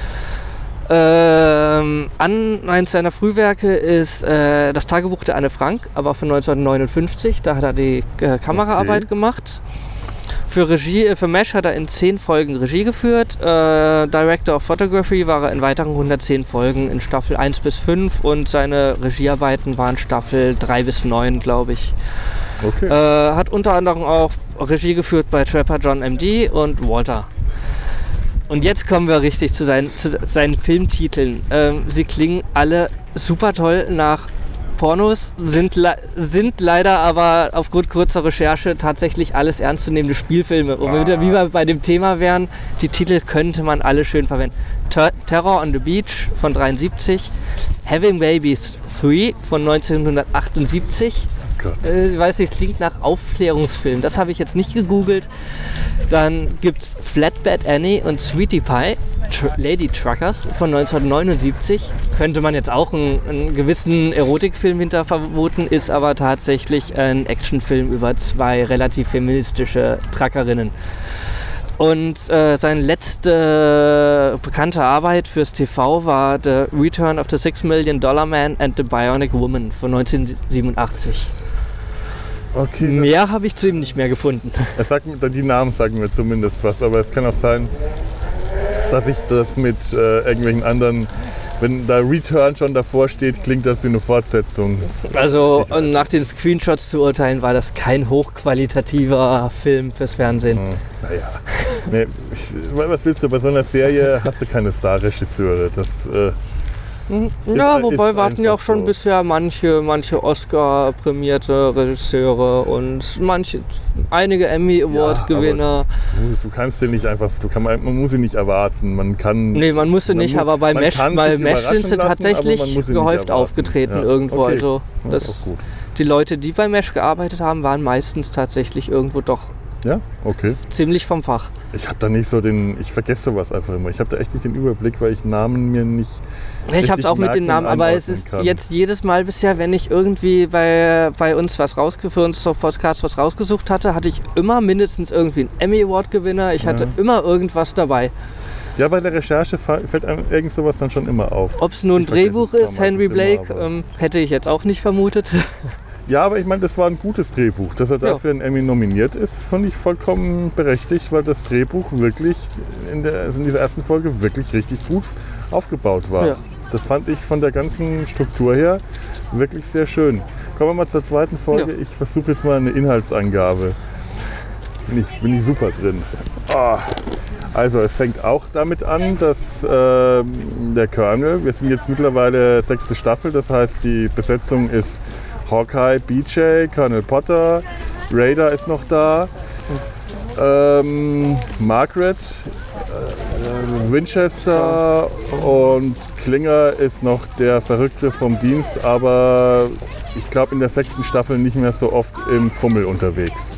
Ähm, an eins seiner Frühwerke ist äh, das Tagebuch der Anne Frank, aber von neunzehnhundertneunundfünfzig. Da hat er die äh, Kameraarbeit okay. gemacht. Für Regie, für MASH hat er in zehn Folgen Regie geführt. Äh, Director of Photography war er in weiteren hundertzehn Folgen in Staffel eins bis fünf und seine Regiearbeiten waren Staffel drei bis neun, glaube ich. Okay. Äh, hat unter anderem auch Regie geführt bei Trapper John M D und Walter. Und jetzt kommen wir richtig zu seinen, zu seinen Filmtiteln. Ähm, sie klingen alle super toll nach Pornos, sind, le- sind leider aber aufgrund kurzer Recherche tatsächlich alles ernstzunehmende Spielfilme. Und ah. wie wir bei dem Thema wären, die Titel könnte man alle schön verwenden. Ter- Terror on the Beach von dreiundsiebzig, Having Babies drei von neunzehnhundertachtundsiebzig. Äh, ich weiß nicht, klingt nach Aufklärungsfilm. Das habe ich jetzt nicht gegoogelt. Dann gibt es Flatbed Annie und Sweetie Pie, Tr- Lady Truckers von neunzehnhundertneunundsiebzig. Könnte man jetzt auch einen, einen gewissen Erotikfilm hinter vermuten, ist aber tatsächlich ein Actionfilm über zwei relativ feministische Truckerinnen. Und äh, seine letzte bekannte Arbeit fürs T V war The Return of the Six Million Dollar Man and the Bionic Woman von neunzehnhundertsiebenundachtzig. Okay, mehr habe ich zu ihm nicht mehr gefunden. Es sagt, die Namen sagen mir zumindest was, aber es kann auch sein, dass ich das mit äh, irgendwelchen anderen, wenn da Return schon davor steht, klingt das wie eine Fortsetzung. Also nach den Screenshots zu urteilen, war das kein hochqualitativer Film fürs Fernsehen. Hm, naja, nee, ich, was willst du, bei so einer Serie hast du keine Starregisseure. Das äh, Ja, ist, wobei ist wir hatten ja auch schon so. bisher manche, manche Oscar-prämierte Regisseure und manche, einige Emmy-Award-Gewinner. Ja, du, du kannst den nicht einfach, du kann, man muss ihn nicht erwarten. Man kann. Nee, man musste man nicht, mu- aber bei man Mesh, kann bei sich Mesh überraschen sind sie lassen, tatsächlich aber man muss ihn nicht gehäuft erwarten. aufgetreten Ja, irgendwo. okay. Also Das ist das, auch gut. die Leute, die bei Mesh gearbeitet haben, waren meistens tatsächlich irgendwo doch Ja, okay. ziemlich vom Fach. Ich habe da nicht so den, ich vergesse sowas einfach immer. Ich habe da echt nicht den Überblick, weil ich Namen mir nicht. Ich habe es auch mit den Namen, aber es ist kann. jetzt jedes Mal bisher, wenn ich irgendwie bei, bei uns was rausge- für uns auf Podcast was rausgesucht hatte, hatte ich immer mindestens irgendwie einen Emmy Award Gewinner. Ich hatte Ja. immer irgendwas dabei. Ja, bei der Recherche fa- fällt einem irgend sowas dann schon immer auf. Ob es nur ein Ich vergesse Drehbuch es ist, zwar Henry meistens immer, Blake, aber- ähm, hätte ich jetzt auch nicht vermutet. Ja, aber ich meine, das war ein gutes Drehbuch. Dass er Ja. dafür einen Emmy nominiert ist, fand ich vollkommen berechtigt, weil das Drehbuch wirklich in, der, also in dieser ersten Folge wirklich richtig gut aufgebaut war. Ja. Das fand ich von der ganzen Struktur her wirklich sehr schön. Kommen wir mal zur zweiten Folge. Ja. Ich versuche jetzt mal eine Inhaltsangabe. Bin ich, bin ich super drin. Ah. Also es fängt auch damit an, dass äh, der Colonel, wir sind jetzt mittlerweile sechste Staffel, das heißt die Besetzung ist Hawkeye, B J, Colonel Potter, Raider ist noch da, ähm, Margaret, äh, Winchester und Klinger ist noch der Verrückte vom Dienst, aber ich glaube in der sechsten Staffel nicht mehr so oft im Fummel unterwegs.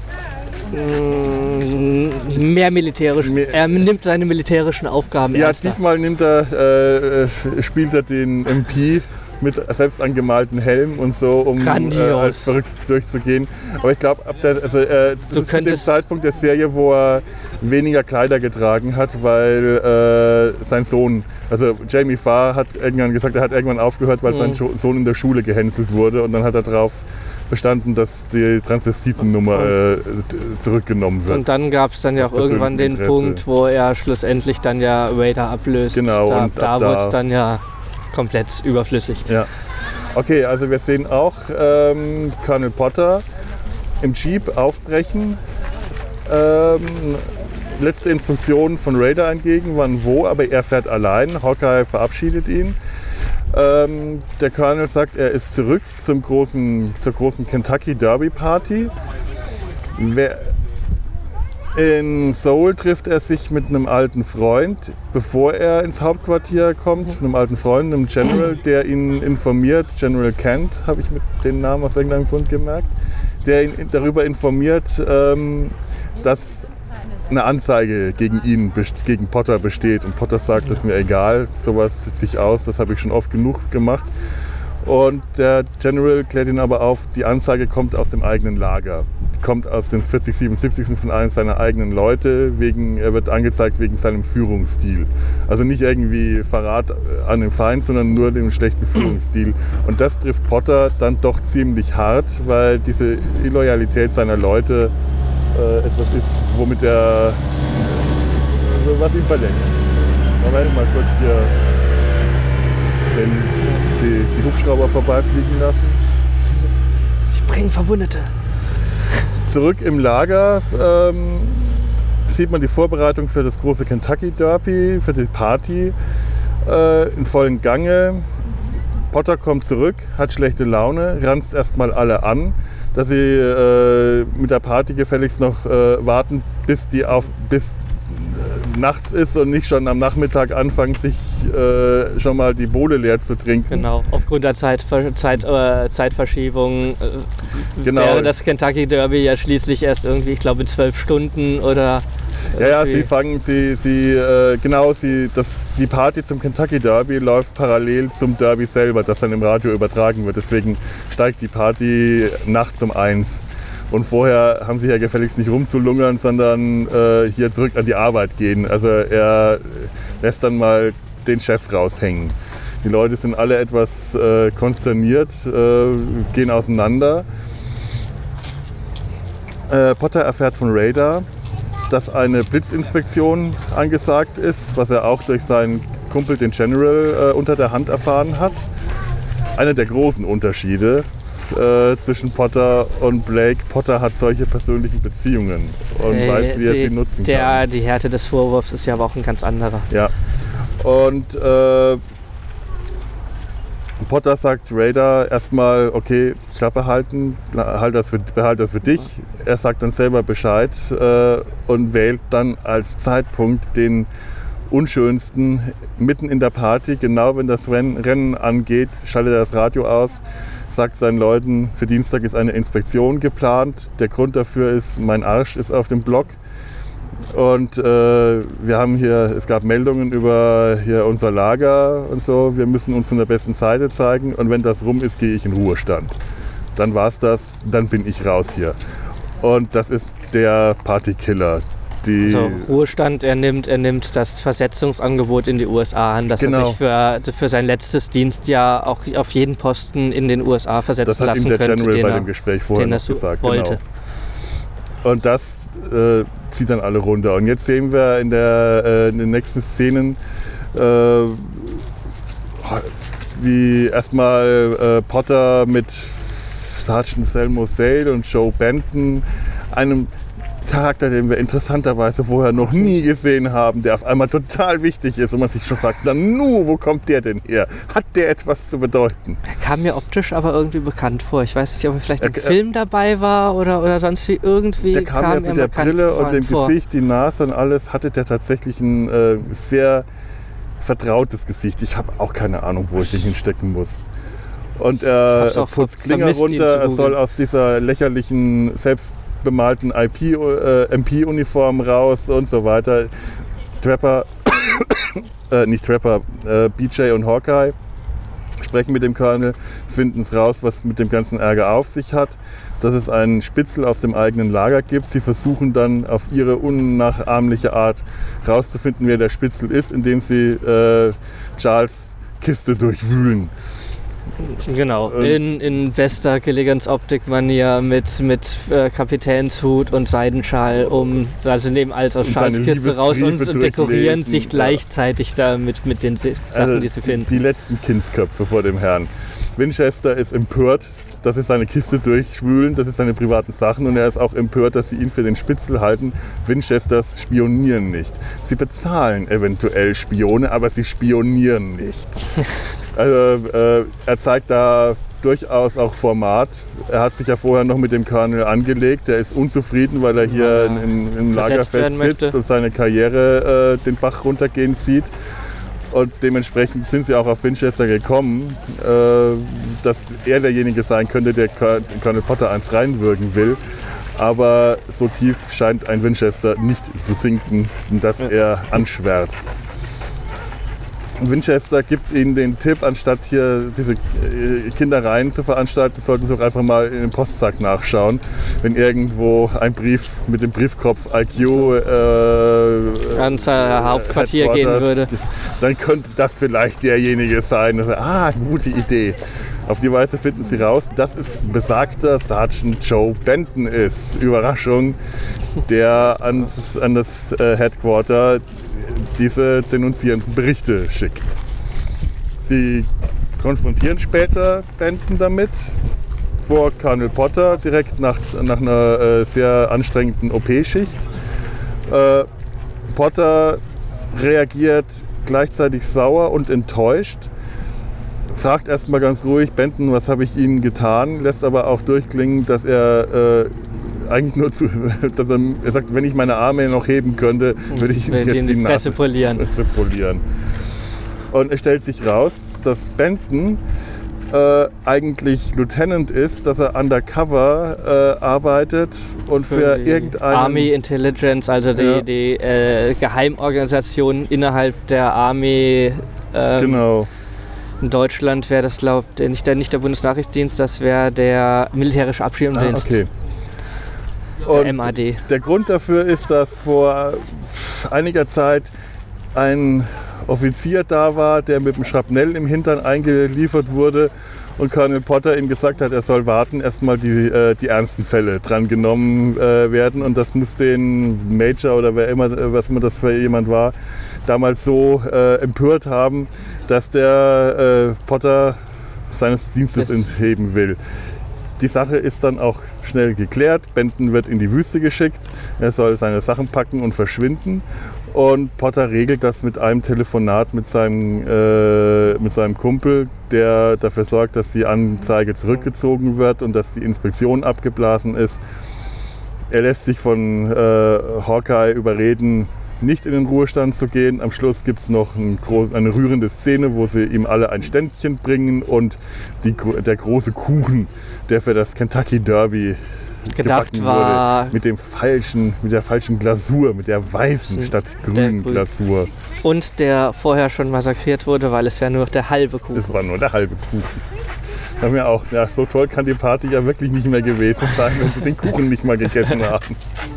Mehr militärisch. Mehr- Er nimmt seine militärischen Aufgaben Ja, ernster. diesmal nimmt er, äh, äh, spielt er den M P mit selbst angemalten Helm und so, um äh, Grandios. als verrückt durchzugehen. Aber ich glaube, ab der, also, äh, das Du ist zu dem könntest- Zeitpunkt der Serie, wo er weniger Kleider getragen hat, weil äh, sein Sohn, also Jamie Farr hat irgendwann gesagt, er hat irgendwann aufgehört, weil Mhm. sein Scho- Sohn in der Schule gehänselt wurde und dann hat er darauf bestanden, dass die Transvestitennummer äh, t- zurückgenommen wird. Und dann gab es dann ja Aus auch irgendwann den persönlichem Interesse. Punkt, wo er schlussendlich dann ja Raider ablöst. Genau, Da, und da ab wurde da- es dann ja komplett überflüssig. Ja. Okay, also wir sehen auch ähm, Colonel Potter im Jeep aufbrechen. Ähm, letzte Instruktion von Raider entgegen, wann wo, aber er fährt allein. Hawkeye verabschiedet ihn. Ähm, der Colonel sagt, er ist zurück zum großen, zur großen Kentucky Derby Party. Wer, in Seoul trifft er sich mit einem alten Freund, bevor er ins Hauptquartier kommt, mit einem alten Freund, einem General, der ihn informiert, General Kent, habe ich mit den Namen aus irgendeinem Grund gemerkt, der ihn darüber informiert, ähm, dass eine Anzeige gegen ihn, best- gegen Potter besteht. Und Potter sagt, das ist mir egal, sowas sitze ich aus, das habe ich schon oft genug gemacht. Und der General klärt ihn aber auf, die Anzeige kommt aus dem eigenen Lager. Die kommt aus dem vierzig siebenundsiebzig von einem seiner eigenen Leute. Wegen, er wird angezeigt wegen seinem Führungsstil. Also nicht irgendwie Verrat an den Feind, sondern nur dem schlechten Führungsstil. Und das trifft Potter dann doch ziemlich hart, weil diese Illoyalität seiner Leute äh, etwas ist, womit er, also was ihn verletzt. Wir werden mal kurz hier den, die, die Hubschrauber vorbeifliegen lassen. Sie bringen Verwundete. Zurück im Lager ähm, sieht man die Vorbereitung für das große Kentucky Derby, für die Party äh, in vollen Gange. Potter kommt zurück, hat schlechte Laune, ranzt erstmal alle an, dass sie äh, mit der Party gefälligst noch äh, warten, bis die auf bis äh, nachts ist und nicht schon am Nachmittag anfangen, sich äh, schon mal die Bowle leer zu trinken. Genau, aufgrund der Zeitver- Zeit, äh, Zeitverschiebung äh, genau. wäre das Kentucky Derby ja schließlich erst irgendwie, ich glaube, in zwölf Stunden oder... Ja, ja, sie fangen, sie, sie, äh, genau, sie, das, die Party zum Kentucky Derby läuft parallel zum Derby selber, das dann im Radio übertragen wird. Deswegen steigt die Party nachts um eins. Und vorher haben sie ja gefälligst nicht rumzulungern, sondern äh, hier zurück an die Arbeit gehen. Also er lässt dann mal den Chef raushängen. Die Leute sind alle etwas äh, konsterniert, äh, gehen auseinander. Äh, Potter erfährt von Radar, dass eine Blitzinspektion angesagt ist, was er auch durch seinen Kumpel, den General, äh, unter der Hand erfahren hat. Einer der großen Unterschiede äh, zwischen Potter und Blake. Potter hat solche persönlichen Beziehungen und äh, weiß, wie er die, sie nutzen der, kann. Die Härte des Vorwurfs ist ja aber auch ein ganz anderer. Ja. Und äh, Potter sagt Radar erstmal, okay, Klappe halten, halt das für, behalt das für dich. Er sagt dann selber Bescheid äh, und wählt dann als Zeitpunkt den unschönsten mitten in der Party. Genau wenn das Rennen angeht, schaltet er das Radio aus, sagt seinen Leuten, für Dienstag ist eine Inspektion geplant. Der Grund dafür ist, mein Arsch ist auf dem Block. Und äh, wir haben hier, es gab Meldungen über hier unser Lager und so. Wir müssen uns von der besten Seite zeigen und wenn das rum ist, gehe ich in Ruhestand. Dann war's das, dann bin ich raus hier. Und das ist der Partykiller. Die also Ruhestand, er nimmt, er nimmt das Versetzungsangebot in die U S A an, dass genau. er sich für, für sein letztes Dienstjahr auch auf jeden Posten in den U S A versetzen das hat lassen ihm der könnte, General bei er, dem Gespräch vorher noch so gesagt. Wollte. Genau. Und das äh, zieht dann alle runter. Und jetzt sehen wir in, der, äh, in den nächsten Szenen, äh, wie erstmal äh, Potter mit Sergeant Selmo Sale und Joe Benton, einem Charakter, den wir interessanterweise vorher noch nie gesehen haben, der auf einmal total wichtig ist und man sich schon fragt, na nu, wo kommt der denn her? Hat der etwas zu bedeuten? Er kam mir optisch aber irgendwie bekannt vor. Ich weiß nicht, ob er vielleicht im er, Film dabei war oder, oder sonst wie irgendwie. Der kam, kam ja mit der Brille und dem vor. Gesicht, die Nase und alles, hatte der tatsächlich ein äh, sehr vertrautes Gesicht. Ich habe auch keine Ahnung, wo ich den hinstecken muss. Und er äh, putzt Klinger runter, er soll aus dieser lächerlichen, selbst bemalten I P, äh, M P-Uniform raus und so weiter. Trapper, äh, nicht Trapper, äh, B J und Hawkeye sprechen mit dem Colonel, finden es raus, was mit dem ganzen Ärger auf sich hat, dass es einen Spitzel aus dem eigenen Lager gibt. Sie versuchen dann auf ihre unnachahmliche Art rauszufinden, wer der Spitzel ist, indem sie äh, Charles Kiste durchwühlen. Genau, in, in bester Gelegenz-Optik-Manier mit, mit äh, Kapitänshut und Seidenschal, um, also nehmen alles aus Charles Kiste raus und, und dekorieren sich ja. gleichzeitig damit mit den Sachen, also die sie finden. Die, die letzten Kindsköpfe vor dem Herrn. Winchester ist empört, dass sie seine Kiste durchschwülen, das ist seine privaten Sachen und er ist auch empört, dass sie ihn für den Spitzel halten. Winchesters spionieren nicht. Sie bezahlen eventuell Spione, aber sie spionieren nicht. Also äh, er zeigt da durchaus auch Format. Er hat sich ja vorher noch mit dem Colonel angelegt. Er ist unzufrieden, weil er hier ja, in, im Lager festsitzt und seine Karriere äh, den Bach runtergehen sieht. Und dementsprechend sind sie auch auf Winchester gekommen, äh, dass er derjenige sein könnte, der Colonel Potter eins reinwürgen will. Aber so tief scheint ein Winchester nicht zu sinken, dass er anschwärzt. Winchester gibt ihnen den Tipp, anstatt hier diese Kindereien zu veranstalten, sollten sie auch einfach mal in den Postsack nachschauen. Wenn irgendwo ein Brief mit dem Briefkopf I Q äh, ans äh, Hauptquartier gehen würde, dann könnte das vielleicht derjenige sein. Also, ah, gute Idee. Auf die Weise finden sie raus, dass es besagter Sergeant Joe Benton ist. Überraschung, der ans, an das äh, Headquarter diese denunzierenden Berichte schickt. Sie konfrontieren später Benton damit vor Colonel Potter, direkt nach, nach einer äh, sehr anstrengenden O P-Schicht. Äh, Potter reagiert gleichzeitig sauer und enttäuscht, fragt erstmal ganz ruhig, Benton, was habe ich Ihnen getan, lässt aber auch durchklingen, dass er äh, eigentlich nur zu, dass er, er sagt, wenn ich meine Arme noch heben könnte, würde ich ihm jetzt die, die, die Fresse polieren. Fresse polieren. Und es stellt sich raus, dass Benton äh, eigentlich Lieutenant ist, dass er undercover äh, arbeitet und für, für irgendeinen... Army Intelligence, also die, ja. die äh, Geheimorganisation innerhalb der Army. Ähm, genau. In Deutschland wäre das, glaubt nicht der, nicht der Bundesnachrichtendienst, das wäre der militärische Abschirmdienst. Ah, okay. Der und M A D. Der Grund dafür ist, dass vor einiger Zeit ein Offizier da war, der mit dem Schrapnell im Hintern eingeliefert wurde und Colonel Potter ihm gesagt hat, er soll warten, erstmal die, äh, die ernsten Fälle dran genommen äh, werden, und das muss den Major oder wer immer, was immer das für jemand war, damals so äh, empört haben, dass der äh, Potter seines Dienstes entheben will. Die Sache ist dann auch schnell geklärt. Benton wird in die Wüste geschickt. Er soll seine Sachen packen und verschwinden. Und Potter regelt das mit einem Telefonat mit seinem, äh, mit seinem Kumpel, der dafür sorgt, dass die Anzeige zurückgezogen wird und dass die Inspektion abgeblasen ist. Er lässt sich von äh, Hawkeye überreden, nicht in den Ruhestand zu gehen. Am Schluss gibt es noch ein groß, eine rührende Szene, wo sie ihm alle ein Ständchen bringen und die, der große Kuchen, der für das Kentucky Derby gedacht war, wurde, mit dem falschen, mit der falschen Glasur, mit der weißen statt grünen grün. Glasur. Und der vorher schon massakriert wurde, weil es wäre nur der halbe Kuchen. Es war nur der halbe Kuchen. Da haben wir auch, ja, so toll kann die Party ja wirklich nicht mehr gewesen sein, wenn sie den Kuchen nicht mal gegessen haben.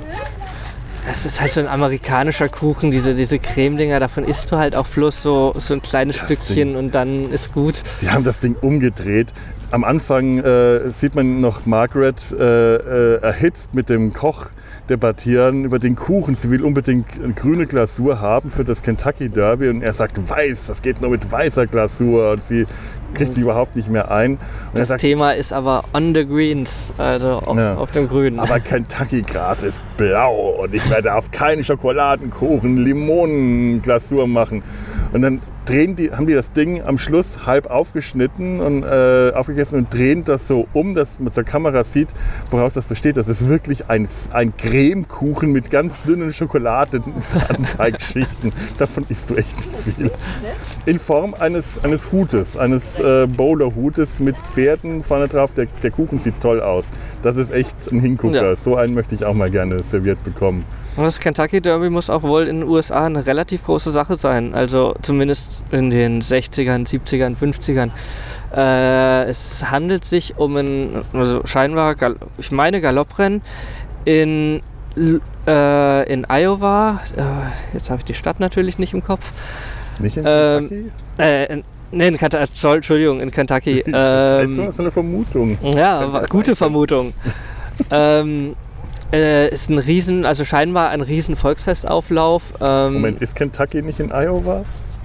Das ist halt so ein amerikanischer Kuchen, diese, diese Cremedinger, davon isst du halt auch bloß so, so ein kleines das Stückchen Ding. Und dann ist gut. Die haben das Ding umgedreht. Am Anfang äh, sieht man noch Margaret äh, äh, erhitzt mit dem Koch debattieren über den Kuchen. Sie will unbedingt eine grüne Glasur haben für das Kentucky Derby und er sagt weiß, das geht nur mit weißer Glasur und sie kriegt sie überhaupt nicht mehr ein. Und das sagt, Thema ist aber on the greens, also auf, ja. auf dem Grünen. Aber Kentucky-Gras ist blau und ich werde auf keinen Schokoladenkuchen Limonenglasur machen. Und dann drehen die, haben die das Ding am Schluss halb aufgeschnitten und äh, aufgegessen und drehen das so um, dass man zur Kamera sieht, woraus das besteht. Das ist wirklich ein, ein Cremekuchen mit ganz dünnen Schokoladenteigschichten. Davon isst du echt nicht viel. In Form eines, eines Hutes, eines äh, Bowler-Hutes mit Pferden vorne drauf. Der, der Kuchen sieht toll aus. Das ist echt ein Hingucker. Ja. So einen möchte ich auch mal gerne serviert bekommen. Und das Kentucky Derby muss auch wohl in den U S A eine relativ große Sache sein. Also zumindest in den sechzigern, siebzigern, fünfzigern. Äh, es handelt sich um ein also scheinbar, ich meine Galopprennen in, äh, in Iowa. Äh, jetzt habe ich die Stadt natürlich nicht im Kopf. Nicht in Kentucky? Ähm, äh, in, Nee, in Kentucky, Entschuldigung, in Kentucky. Das ist ähm, so eine Vermutung. Ja, gute Vermutung. ähm, äh, ist ein riesen, also scheinbar ein riesen Volksfestauflauf. Ähm, Moment, ist Kentucky nicht in Iowa?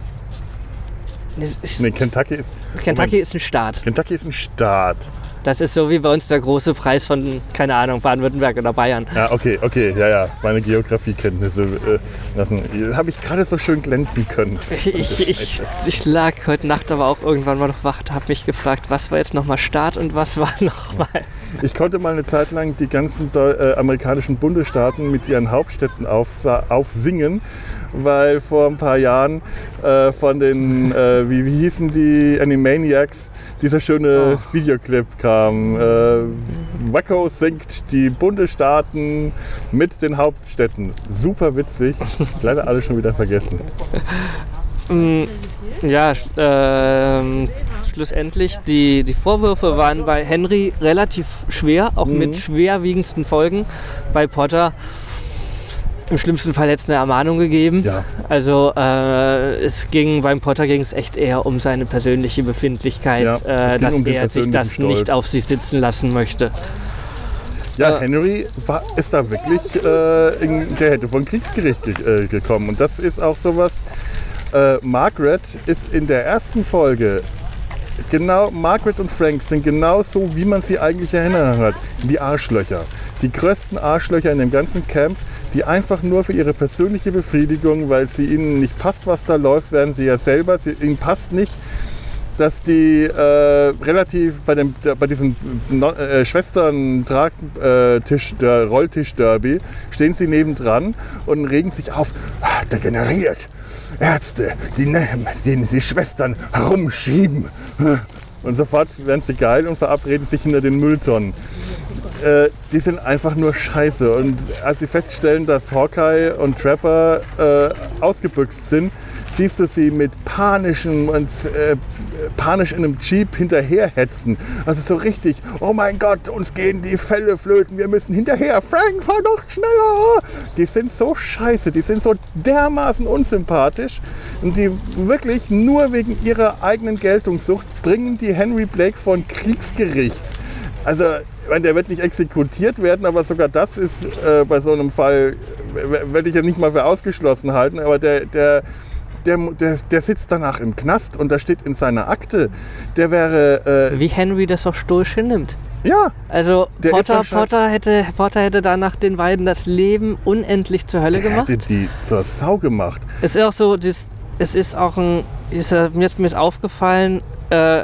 Ist, nee, Kentucky ist... Kentucky Moment, ist ein Staat. Kentucky ist ein Staat. Das ist so wie bei uns der große Preis von, keine Ahnung, Baden-Württemberg oder Bayern. Ja, okay, okay, ja, ja. Meine Geografiekenntnisse äh, lassen. Habe ich gerade so schön glänzen können. Ich, ich, ich, ich lag heute Nacht aber auch irgendwann mal noch wach und habe mich gefragt, was war jetzt nochmal Staat und was war nochmal... Ich konnte mal eine Zeit lang die ganzen äh, amerikanischen Bundesstaaten mit ihren Hauptstädten aufsa- aufsingen, weil vor ein paar Jahren äh, von den, äh, wie, wie hießen die Animaniacs, dieser schöne oh. Videoclip kam. Äh, Wacko singt die Bundesstaaten mit den Hauptstädten. Super witzig, leider alle schon wieder vergessen. Ja, ähm, schlussendlich, die, die Vorwürfe waren bei Henry relativ schwer, auch mhm. mit schwerwiegendsten Folgen. Bei Potter Im schlimmsten Fall hätte es eine Ermahnung gegeben. Ja. Also äh, es ging beim Potter ging es echt eher um seine persönliche Befindlichkeit, Ja, es äh, ging dass um den er sich das persönlichen nicht Stolz. auf sich sitzen lassen möchte. Ja, Äh. Henry war, ist da wirklich, äh, in, der hätte vor ein Kriegsgericht ge äh, gekommen. Und das ist auch sowas, äh, Margaret ist in der ersten Folge, genau, Margaret und Frank sind genauso, wie man sie eigentlich erinnern hat, die Arschlöcher. Die größten Arschlöcher in dem ganzen Camp, die einfach nur für ihre persönliche Befriedigung, weil sie ihnen nicht passt, was da läuft, werden sie ja selber, sie, ihnen passt nicht, dass die äh, relativ bei, dem, der, bei diesem äh, Schwestern-Tragtisch, der Rolltisch-Derby, stehen sie nebendran und regen sich auf. Ah, degeneriert. Ärzte, die, die die Schwestern herumschieben. Und sofort werden sie geil und verabreden sich hinter den Mülltonnen. Äh, die sind einfach nur scheiße. Und als sie feststellen, dass Hawkeye und Trapper äh, ausgebüxt sind, siehst du sie mit panischem und äh, panisch in einem Jeep hinterherhetzen. Also so richtig, oh mein Gott, uns gehen die Felle flöten, wir müssen hinterher. Frank, fahr doch schneller! Die sind so scheiße, die sind so dermaßen unsympathisch und die wirklich nur wegen ihrer eigenen Geltungssucht bringen die Henry Blake vor ein Kriegsgericht. Also, ich meine, der wird nicht exekutiert werden, aber sogar das ist äh, bei so einem Fall, werde ich ja nicht mal für ausgeschlossen halten, aber der, der Der, der, der sitzt danach im Knast und da steht in seiner Akte, der wäre... Äh, Wie Henry das auch stoisch hinnimmt. Ja. Also Der ist Potter, wahrscheinlich- Potter, hätte, Potter hätte danach den beiden das Leben unendlich zur Hölle der gemacht. hätte die zur Sau gemacht. Es ist auch so, das, es ist auch ein, ist, äh, mir, ist, mir ist aufgefallen, äh,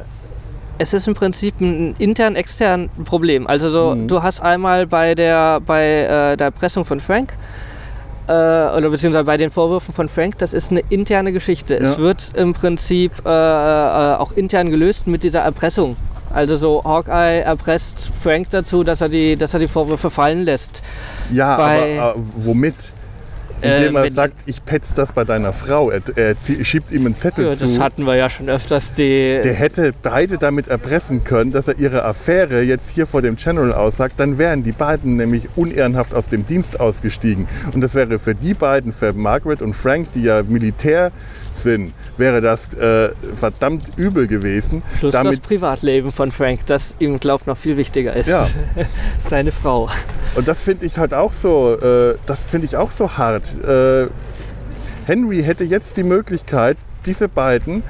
es ist im Prinzip ein intern-extern Problem. Also so, Mhm. du hast einmal bei der, bei, äh, der Erpressung von Frank, äh, oder beziehungsweise bei den Vorwürfen von Frank, das ist eine interne Geschichte. Ja. Es wird im Prinzip äh, äh, auch intern gelöst mit dieser Erpressung. Also so Hawkeye erpresst Frank dazu, dass er die, dass er die Vorwürfe fallen lässt. Ja, Bei- aber äh, womit? Indem Äh, er mit- sagt, ich petz das bei deiner Frau. Er, er zie- schiebt ihm einen Zettel Ja, zu. das hatten wir ja schon öfters. Die, Der hätte beide damit erpressen können, dass er ihre Affäre jetzt hier vor dem General aussagt. Dann wären die beiden nämlich unehrenhaft aus dem Dienst ausgestiegen. Und das wäre für die beiden, für Margaret und Frank, die ja Militär sind, wäre das äh, verdammt übel gewesen. plus das Damit, Privatleben von Frank, das ihm, glaubt noch viel wichtiger ist. Ja. Seine Frau. und das finde ich halt auch so, äh, das finde ich auch so hart. Äh, Henry hätte jetzt die Möglichkeit, diese beiden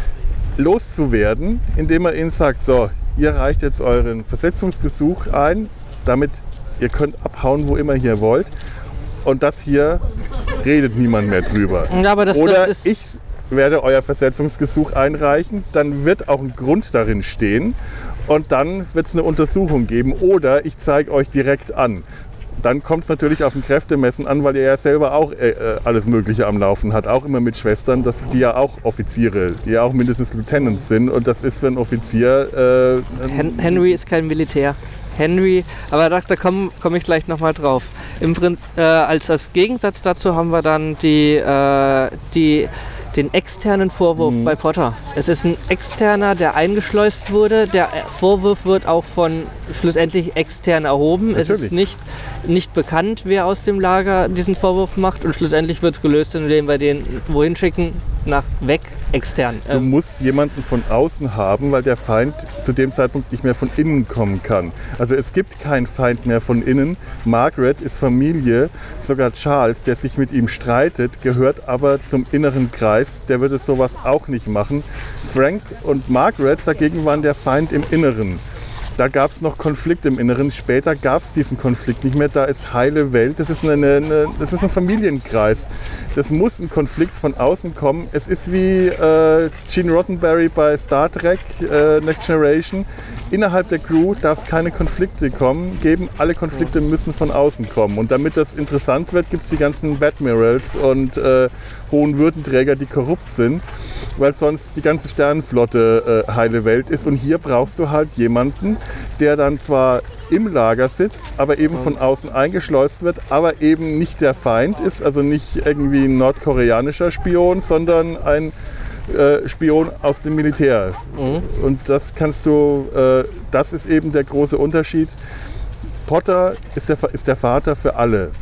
loszuwerden, indem er ihnen sagt, so, ihr reicht jetzt euren Versetzungsgesuch ein, damit ihr könnt abhauen, wo immer ihr wollt. Und das hier redet niemand mehr drüber. Ja, aber das, Oder das ist... ich werde euer Versetzungsgesuch einreichen, dann wird auch ein Grund darin stehen und dann wird es eine Untersuchung geben oder ich zeige euch direkt an. Dann kommt es natürlich auf ein Kräftemessen an, weil er ja selber auch äh, alles Mögliche am Laufen hat, auch immer mit Schwestern, dass die ja auch Offiziere, die ja auch mindestens Lieutenants sind und das ist für einen Offizier... Äh, Hen Henry ist kein Militär. Henry, aber da, da komme komm ich gleich nochmal drauf. Im Prin äh, als, als Gegensatz dazu haben wir dann die, äh, die, den externen Vorwurf Mhm. bei Potter. Es ist ein externer, der eingeschleust wurde. Der Vorwurf wird auch von schlussendlich extern erhoben. Es ist Natürlich. nicht, nicht bekannt, wer aus dem Lager diesen Vorwurf macht und schlussendlich wird es gelöst, indem wir den wohin schicken, nach weg, extern. Du Ähm, musst jemanden von außen haben, weil der Feind zu dem Zeitpunkt nicht mehr von innen kommen kann. Also es gibt keinen Feind mehr von innen. Margaret ist Familie, sogar Charles, der sich mit ihm streitet, gehört aber zum inneren Kreis. Der würde sowas auch nicht machen. Frank und Margaret dagegen waren der Feind im Inneren. Da gab es noch Konflikt im Inneren. Später gab es diesen Konflikt nicht mehr. Da ist heile Welt. Das ist, eine, eine, das ist ein Familienkreis. Das muss ein Konflikt von außen kommen. Es ist wie äh, Gene Roddenberry bei Star Trek äh, Next Generation. Innerhalb der Crew darf es keine Konflikte kommen, geben. Alle Konflikte müssen von außen kommen. Und damit das interessant wird, gibt es die ganzen Admirals und äh, hohen Würdenträger, die korrupt sind, weil sonst die ganze Sternenflotte äh, heile Welt ist. Und hier brauchst du halt jemanden, der dann zwar im Lager sitzt, aber eben von außen eingeschleust wird, aber eben nicht der Feind ist, also nicht irgendwie ein nordkoreanischer Spion, sondern ein äh, Spion aus dem Militär. Mhm. Und das kannst du, äh, das ist eben der große Unterschied. Potter ist der, ist der Vater für alle.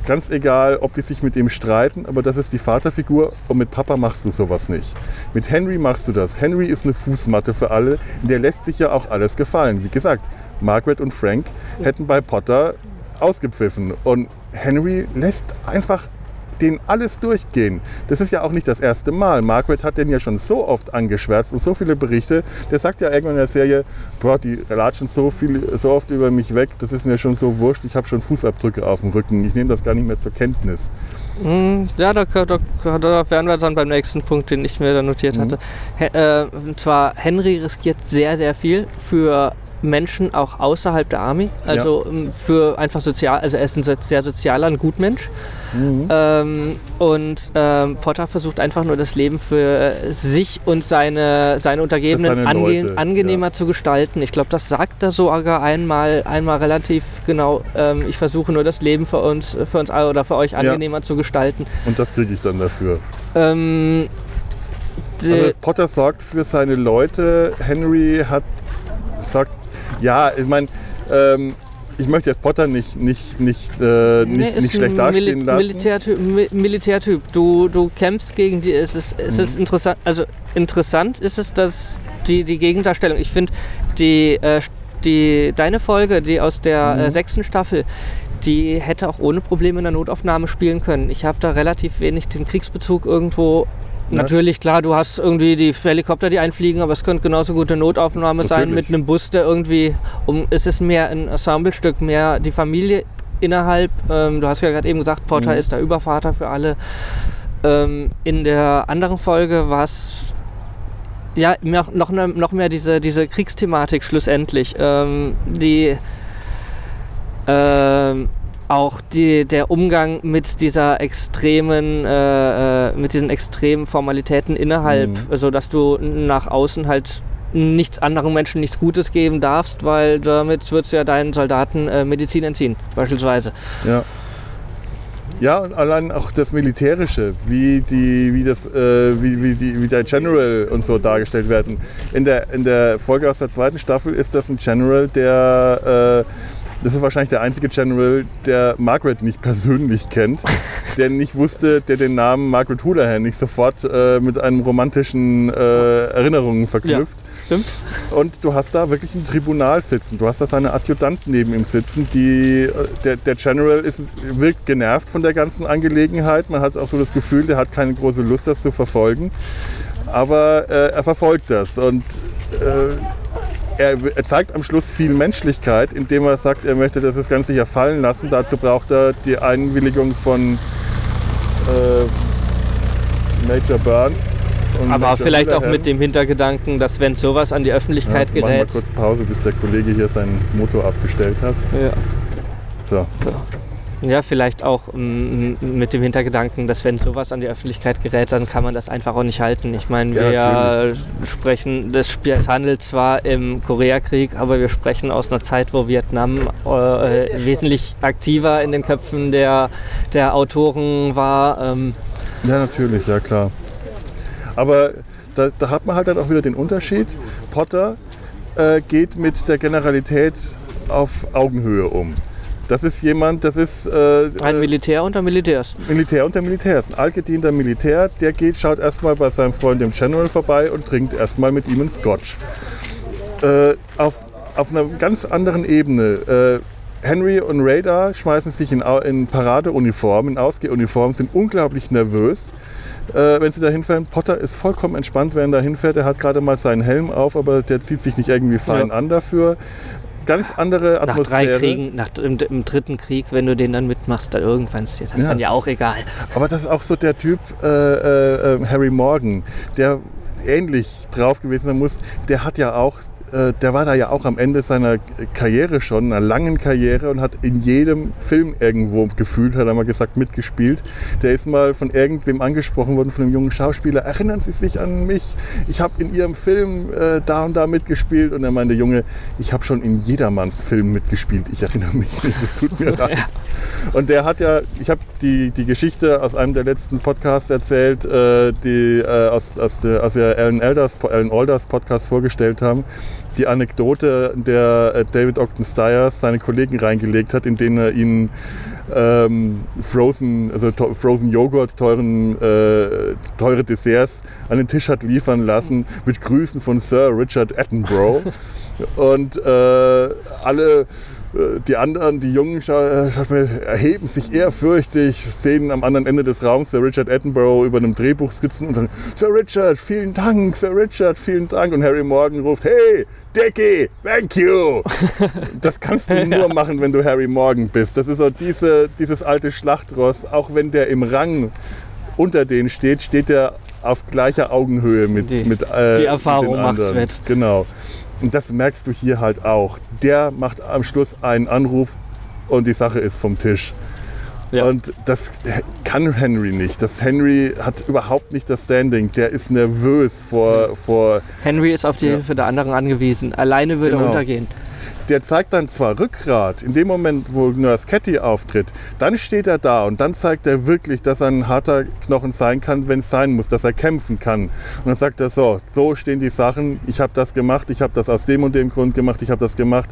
Ganz egal, ob die sich mit ihm streiten, aber das ist die Vaterfigur und mit Papa machst du sowas nicht. Mit Henry machst du das. Henry ist eine Fußmatte für alle, der lässt sich ja auch alles gefallen. Wie gesagt, Margaret und Frank hätten bei Potter ausgepfiffen und Henry lässt einfach den alles durchgehen. Das ist ja auch nicht das erste Mal. Margaret hat den ja schon so oft angeschwärzt und so viele Berichte. Der sagt ja irgendwann in der Serie, boah, die latschen so viel, so oft über mich weg, das ist mir schon so wurscht, ich habe schon Fußabdrücke auf dem Rücken. Ich nehme das gar nicht mehr zur Kenntnis. Ja, da, da, da wären wir dann beim nächsten Punkt, den ich mir da notiert hatte. Mhm. Äh, und zwar, Henry riskiert sehr, sehr viel für Menschen auch außerhalb der Army, also ja. für einfach sozial, also er ist ein sehr sozialer, ein Gutmensch. Mhm. Ähm, und ähm, Potter versucht einfach nur das Leben für sich und seine, seine Untergebenen seine ange- angenehmer ja. zu gestalten. Ich glaube, das sagt er sogar einmal, einmal relativ genau. Ähm, ich versuche nur das Leben für uns, für uns alle oder für euch angenehmer ja. zu gestalten. Und das kriege ich dann dafür. Ähm, also Potter sorgt für seine Leute. Henry hat sagt ja, ich meine, ähm, ich möchte jetzt Potter nicht, nicht, nicht, äh, nicht, nee, nicht schlecht dastehen Mil- lassen. Militärtyp, Mi- Militärtyp. Du, du kämpfst gegen die. Es ist, es mhm. ist interessant. Also interessant ist es, dass die, die Gegendarstellung. Ich finde die, äh, die deine Folge, die aus der mhm. äh, sechsten Staffel, die hätte auch ohne Probleme in der Notaufnahme spielen können. Ich habe da relativ wenig den Kriegsbezug irgendwo. Ja. Natürlich, klar, du hast irgendwie die Helikopter, die einfliegen, aber es könnte genauso gut eine Notaufnahme Natürlich. sein mit einem Bus, der irgendwie, um, es ist mehr ein Ensemblestück, mehr die Familie innerhalb. Ähm, du hast ja gerade eben gesagt, Potter mhm. ist der Übervater für alle. Ähm, in der anderen Folge war es ja noch, noch, noch mehr diese, diese Kriegsthematik schlussendlich. Ähm, die ähm, Auch die, der Umgang mit dieser extremen, äh, mit diesen extremen Formalitäten innerhalb, mhm. so dass du nach außen halt nichts anderen Menschen nichts Gutes geben darfst, weil damit würdest du ja deinen Soldaten äh, Medizin entziehen, beispielsweise. Ja. Ja, und allein auch das Militärische, wie die, wie das, äh, wie, wie die, wie der General und so dargestellt werden. In der, in der Folge aus der zweiten Staffel ist das ein General, der äh, Das ist wahrscheinlich der einzige General, der Margaret nicht persönlich kennt, der nicht wusste, der den Namen Margaret Houlihan nicht sofort äh, mit einem romantischen äh, Erinnerungen verknüpft. Ja, stimmt. Und du hast da wirklich ein Tribunal sitzen. Du hast da seine Adjutanten neben ihm sitzen. Die, der, der General ist, wirkt genervt von der ganzen Angelegenheit. Man hat auch so das Gefühl, der hat keine große Lust, das zu verfolgen. Aber äh, er verfolgt das. Und äh, Er, er zeigt am Schluss viel Menschlichkeit, indem er sagt, er möchte das Ganze hier fallen lassen. Dazu braucht er die Einwilligung von äh, Major Burns. Und Aber Major vielleicht Houlihan. Auch mit dem Hintergedanken, dass wenn sowas an die Öffentlichkeit ja, gerät... Machen wir kurz Pause, bis der Kollege hier sein Motor abgestellt hat. Ja. So. so. Ja, vielleicht auch m- mit dem Hintergedanken, dass wenn sowas an die Öffentlichkeit gerät, dann kann man das einfach auch nicht halten. Ich meine, wir ja, sprechen, das Spiel, es handelt zwar im Koreakrieg, aber wir sprechen aus einer Zeit, wo Vietnam äh, wesentlich aktiver in den Köpfen der, der Autoren war. Ähm. Ja, natürlich, ja klar. Aber da, da hat man halt dann auch wieder den Unterschied. Potter äh, geht mit der Generalität auf Augenhöhe um. Das ist jemand, das ist... Äh, ein Militär unter Militärs. Militär unter Militärs. Ein altgedienter Militär, der geht, schaut erstmal bei seinem Freund dem General vorbei und trinkt erstmal mit ihm einen Scotch. Äh, auf, auf einer ganz anderen Ebene. Äh, Henry und Radar schmeißen sich in, in Paradeuniform, in Ausgehuniform, sind unglaublich nervös. Äh, wenn sie da hinfahren, Potter ist vollkommen entspannt, während er hinfährt. Er hat gerade mal seinen Helm auf, aber der zieht sich nicht irgendwie fein ja. an dafür. Ganz andere Atmosphäre. Nach drei Kriegen, nach, im, im dritten Krieg, wenn du den dann mitmachst, dann irgendwann ist dir das ja. dann ja auch egal. Aber das ist auch so der Typ äh, äh, Harry Morgan, der ähnlich drauf gewesen sein muss. Der hat ja auch, äh, der war da ja auch am Ende seiner Karriere schon, einer langen Karriere und hat in jedem Film irgendwo gefühlt, hat er mal gesagt, mitgespielt. Der ist mal von irgendwem angesprochen worden, von einem jungen Schauspieler. Erinnern Sie sich an mich? Ich habe in Ihrem Film äh, da und da mitgespielt. Und er meinte, Junge, ich habe schon in jedermanns Film mitgespielt. Ich erinnere mich nicht, das tut mir leid. Und der hat ja, ich habe die, die Geschichte aus einem der letzten Podcasts erzählt, äh, die äh, aus, aus der, als wir Alan Alders, Alan Alders Podcast vorgestellt haben. die Anekdote, in der äh, David Ogden Stiers seine Kollegen reingelegt hat, in denen er ihnen ähm, Frozen, also to- Frozen Joghurt, teuren, äh, teure Desserts an den Tisch hat liefern lassen mit Grüßen von Sir Richard Attenborough. Und äh, alle, äh, die anderen, die Jungen, scha- scha- erheben sich ehrfürchtig, sehen am anderen Ende des Raums Sir Richard Attenborough über einem Drehbuch sitzen und sagen, Sir Richard, vielen Dank, Sir Richard, vielen Dank. Und Harry Morgan ruft, hey, Dickie, thank you. Das kannst du nur machen, wenn du Harry Morgan bist. Das ist so diese, dieses alte Schlachtross, auch wenn der im Rang unter denen steht, steht er auf gleicher Augenhöhe mit, die, mit äh, die Erfahrung den macht's anderen. wett. Genau. Und das merkst du hier halt auch. Der macht am Schluss einen Anruf und die Sache ist vom Tisch. Ja. Und das kann Henry nicht. Das Henry hat überhaupt nicht das Standing. Der ist nervös vor... vor Henry ist auf die ja. Hilfe der anderen angewiesen. Alleine würde Genau. er untergehen. Der zeigt dann zwar Rückgrat, in dem Moment, wo Nurse Catty auftritt, dann steht er da und dann zeigt er wirklich, dass er ein harter Knochen sein kann, wenn es sein muss, dass er kämpfen kann. Und dann sagt er so, so stehen die Sachen, ich habe das gemacht, ich habe das aus dem und dem Grund gemacht, ich habe das gemacht,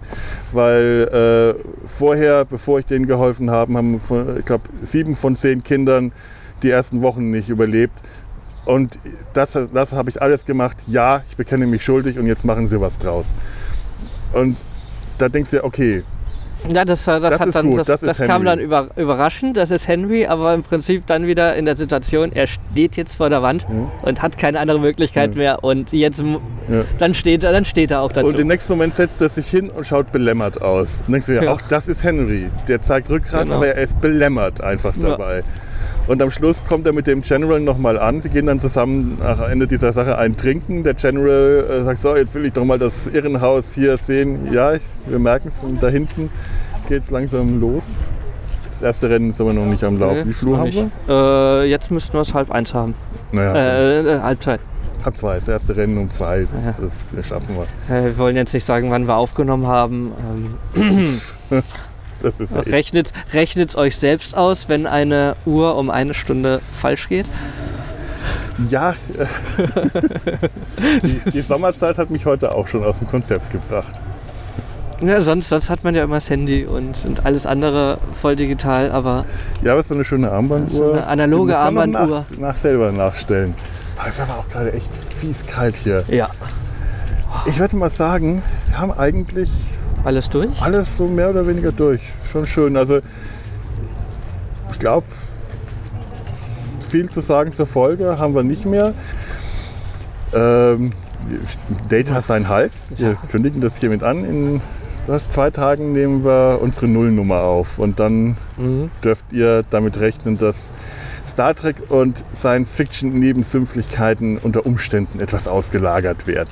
weil äh, vorher, bevor ich denen geholfen habe, haben, von, ich glaube, sieben von zehn Kindern die ersten Wochen nicht überlebt. Und das, das habe ich alles gemacht, ja, ich bekenne mich schuldig und jetzt machen sie was draus. Und da denkst du, okay, Ja, das, das, Das hat ist dann, gut, das, das das ist kam Henry. dann über, überraschend, das ist Henry, aber im Prinzip dann wieder in der Situation, er steht jetzt vor der Wand Mhm. und hat keine andere Möglichkeit Mhm. mehr und jetzt m- Ja. dann, steht er, dann steht er auch dazu. Und im nächsten Moment setzt er sich hin und schaut belämmert aus. Und denkst du, ja, Ja. auch das ist Henry. Der zeigt Rückgrat, Genau. aber er ist belämmert einfach Ja. dabei. Und am Schluss kommt er mit dem General nochmal an. Sie gehen dann zusammen nach Ende dieser Sache ein Trinken. Der General äh, sagt, so, jetzt will ich doch mal das Irrenhaus hier sehen. Ja, ich, wir merken es. Und da hinten geht es langsam los. Das erste Rennen ist aber noch nicht am Laufen. Nee, Wie viel Uhr noch haben nicht. wir? Äh, jetzt müssten wir es halb eins haben. Naja, Äh, äh, halb zwei. halb zwei. Das erste Rennen um zwei. Das, Ja. das, das schaffen wir. Äh, wir wollen jetzt nicht sagen, wann wir aufgenommen haben. Ähm, Das ist ja eh- rechnet rechnet euch selbst aus, wenn eine Uhr um eine Stunde falsch geht. Ja, äh, die, die Sommerzeit hat mich heute auch schon aus dem Konzept gebracht. Ja, sonst, sonst hat man ja immer das Handy und, und alles andere voll digital, aber Ja, aber es ist so eine schöne Armbanduhr. So eine analoge Die muss man noch Armbanduhr. Nach, nach selber nachstellen. Aber es ist aber auch gerade echt fies kalt hier. ja, Ich würde mal sagen, wir haben eigentlich alles durch. alles so mehr oder weniger durch. Schon schön. Also ich glaube, viel zu sagen zur Folge haben wir nicht mehr. Ähm, Data sein Hals. Wir kündigen das hiermit an. In was, zwei Tagen nehmen wir unsere Nullnummer auf. Und dann Mhm. dürft ihr damit rechnen, dass Star Trek und Science-Fiction-Nebensümpflichkeiten unter Umständen etwas ausgelagert werden.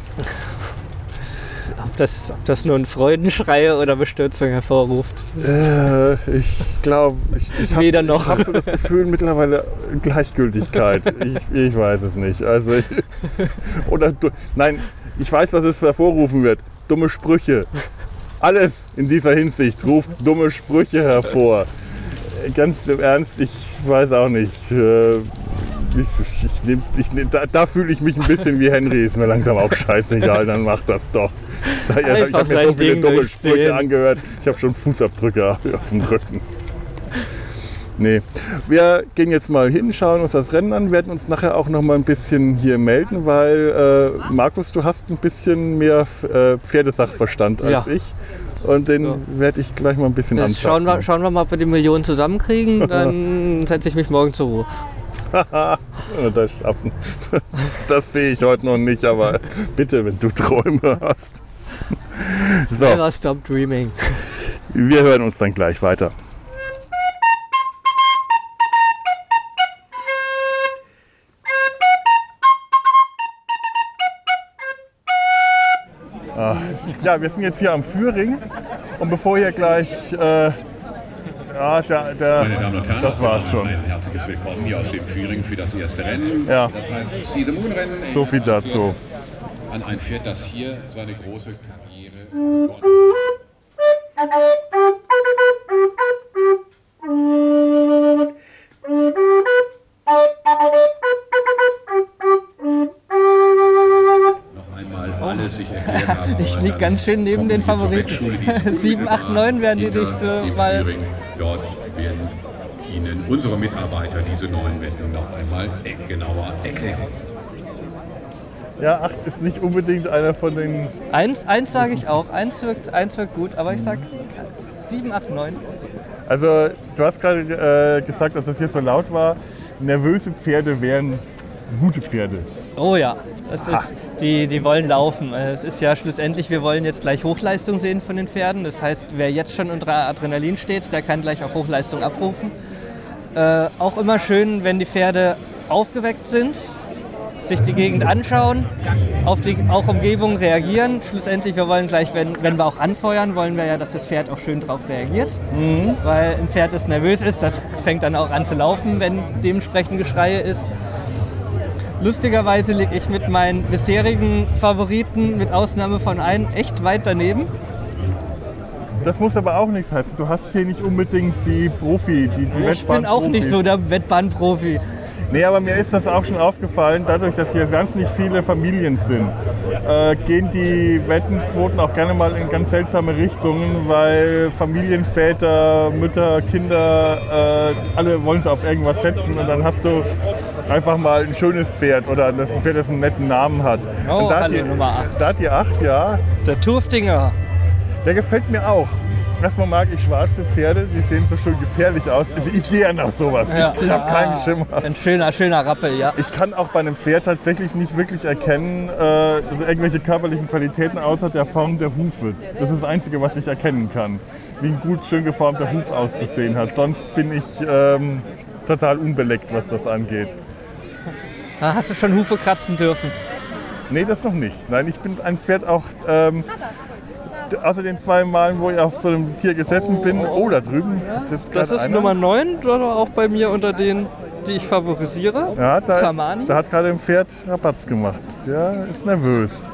Ob das, ob das nur ein Freudenschrei oder Bestürzung hervorruft. Äh, ich glaube, ich, ich Weder habe noch. hab so das Gefühl mittlerweile Gleichgültigkeit. Ich, ich weiß es nicht. Also ich, oder du, nein, ich weiß, was es hervorrufen wird. Dumme Sprüche. Alles in dieser Hinsicht ruft dumme Sprüche hervor. Ganz im Ernst, ich weiß auch nicht. Äh, ich, ich nehm, ich nehm, da da fühle ich mich ein bisschen wie Henry. Ist mir langsam auch scheißegal, dann mach das doch. Ich habe Einfach mir so sein viele Ding dumme durchziehen. Sprüche angehört. Ich habe schon Fußabdrücke auf dem Rücken. Nee. Wir gehen jetzt mal hin, schauen uns das Rennen an, werden uns nachher auch noch mal ein bisschen hier melden, weil äh, Markus, du hast ein bisschen mehr äh, Pferdesachverstand als Ja. ich. Und den Ja. werde ich gleich mal ein bisschen Jetzt anzapfen. schauen, wir, schauen wir mal, ob wir die Millionen zusammenkriegen, dann setze ich mich morgen zur Ruhe. das schaffen. Das, das sehe ich heute noch nicht, aber bitte, wenn du Träume hast. So, Never stop dreaming. wir hören uns dann gleich weiter. Ah, ja, wir sind jetzt hier am Führing und bevor hier gleich, äh, ja, der, der, Meine Damen und Herren, das war's schon. ein herzliches Willkommen hier aus dem Führing für das erste Rennen. Ja. Das heißt See the Moon Rennen. So viel dazu. An ein Pferd, das hier seine große Karriere begonnen noch einmal alles sich erklärt haben. Ich liege ganz schön neben den Favoriten. sieben, acht, neun werden die dich so mal... Dort werden Ihnen unsere Mitarbeiter diese neuen Wendungen noch einmal genauer erklären. Ja, acht ist nicht unbedingt einer von den... Eins, eins sage ich auch, eins wirkt, eins wirkt gut, aber ich sag sieben, acht, neun. Also du hast gerade äh, gesagt, dass das hier so laut war. Nervöse Pferde wären gute Pferde. Oh ja, das ist, die, die wollen laufen. Es ist ja schlussendlich, wir wollen jetzt gleich Hochleistung sehen von den Pferden. Das heißt, wer jetzt schon unter Adrenalin steht, der kann gleich auch Hochleistung abrufen. Äh, auch immer schön, wenn die Pferde aufgeweckt sind, sich die Gegend anschauen, auf die auch Umgebung reagieren. Schlussendlich, wir wollen gleich, wenn, wenn wir auch anfeuern, wollen wir ja, dass das Pferd auch schön drauf reagiert. Mhm. Weil ein Pferd, das nervös ist, das fängt dann auch an zu laufen, wenn dementsprechend Geschreie ist. Lustigerweise liege ich mit meinen bisherigen Favoriten, mit Ausnahme von einem, echt weit daneben. Das muss aber auch nichts heißen. Du hast hier nicht unbedingt die Profi, die, die Ich bin auch nicht so der Wettbahnprofi. Nee, aber mir ist das auch schon aufgefallen, dadurch, dass hier ganz nicht viele Familien sind, äh, gehen die Wettenquoten auch gerne mal in ganz seltsame Richtungen, weil Familienväter, Mütter, Kinder, äh, alle wollen es auf irgendwas setzen und dann hast du einfach mal ein schönes Pferd oder ein Pferd, das einen netten Namen hat. Oh, und da hallo, die, Nummer acht. Da hat die acht, ja. Der Turfdinger. Der gefällt mir auch. Erstmal mag ich schwarze Pferde, sie sehen so schön gefährlich aus. Also ich gehe ja nach sowas, Ja. ich, ich habe keinen Schimmer. Ein schöner, schöner Rappel, ja. Ich kann auch bei einem Pferd tatsächlich nicht wirklich erkennen, äh, also irgendwelche körperlichen Qualitäten außer der Form der Hufe. Das ist das Einzige, was ich erkennen kann. Wie ein gut, schön geformter Huf auszusehen hat. Sonst bin ich ähm, total unbeleckt, was das angeht. Da hast du schon Hufe kratzen dürfen. Nee, das noch nicht. Nein, ich bin ein Pferd auch... Ähm, außer den zwei Malen, wo ich auf so einem Tier gesessen bin, oh, da drüben sitzt Das ist einer. Nummer neun, oder auch bei mir unter denen, die ich favorisiere. Ja, da, ist, Samani. da hat gerade ein Pferd Rabatz gemacht. Der ist nervös.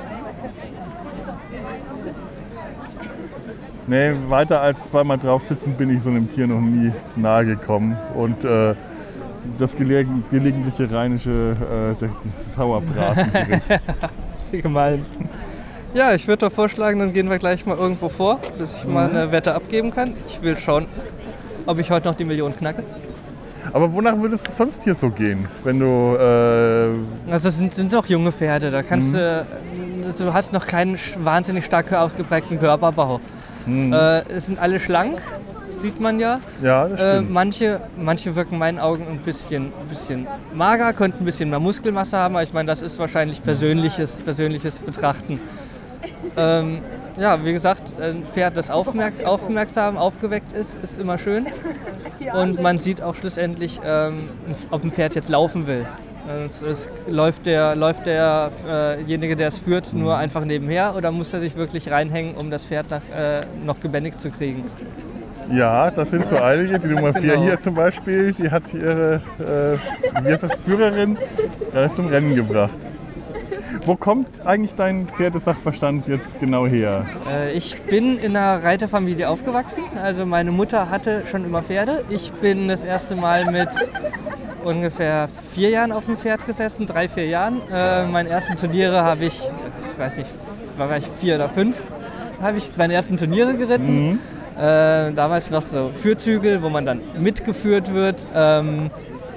Nee, weiter als zweimal drauf sitzen bin ich so einem Tier noch nie nahe gekommen. Und äh, das gelegen, gelegentliche rheinische äh, Sauerbratengericht. Gemein. Ja, ich würde doch vorschlagen, dann gehen wir gleich mal irgendwo vor, dass ich mal eine Wette abgeben kann. Ich will schauen, ob ich heute noch die Million knacke. Aber wonach würdest du sonst hier so gehen, wenn du... Äh Also es sind, sind doch junge Pferde, da kannst mhm. du... Also du hast noch keinen wahnsinnig stark ausgeprägten Körperbau. Mhm. Äh, es sind alle schlank, sieht man ja. Ja, das stimmt. Äh, manche, manche wirken in meinen Augen ein bisschen, ein bisschen mager, könnten ein bisschen mehr Muskelmasse haben, aber ich meine, das ist wahrscheinlich persönliches, persönliches Betrachten. Ähm, ja, wie gesagt, ein Pferd, das aufmerk- aufmerksam, aufgeweckt ist, ist immer schön. Und man sieht auch schlussendlich, ähm, ob ein Pferd jetzt laufen will. Es, es läuft der, läuft derjenige, der es führt, nur einfach nebenher oder muss er sich wirklich reinhängen, um das Pferd nach, äh, noch gebändigt zu kriegen? Ja, das sind so einige. Die Nummer vier Genau. hier zum Beispiel, die hat ihre äh, wie heißt das, Führerin äh, zum Rennen gebracht. Wo kommt eigentlich dein Pferdesachverstand jetzt genau her? Äh, ich bin in einer Reiterfamilie aufgewachsen. Also meine Mutter hatte schon immer Pferde. Ich bin das erste Mal mit ungefähr vier Jahren auf dem Pferd gesessen, drei, vier Jahren. Äh, meine ersten Turniere habe ich, ich weiß nicht, war ich vier oder fünf, habe ich meine ersten Turniere geritten. Mhm. Äh, damals noch so Führzügel, wo man dann mitgeführt wird. Ähm,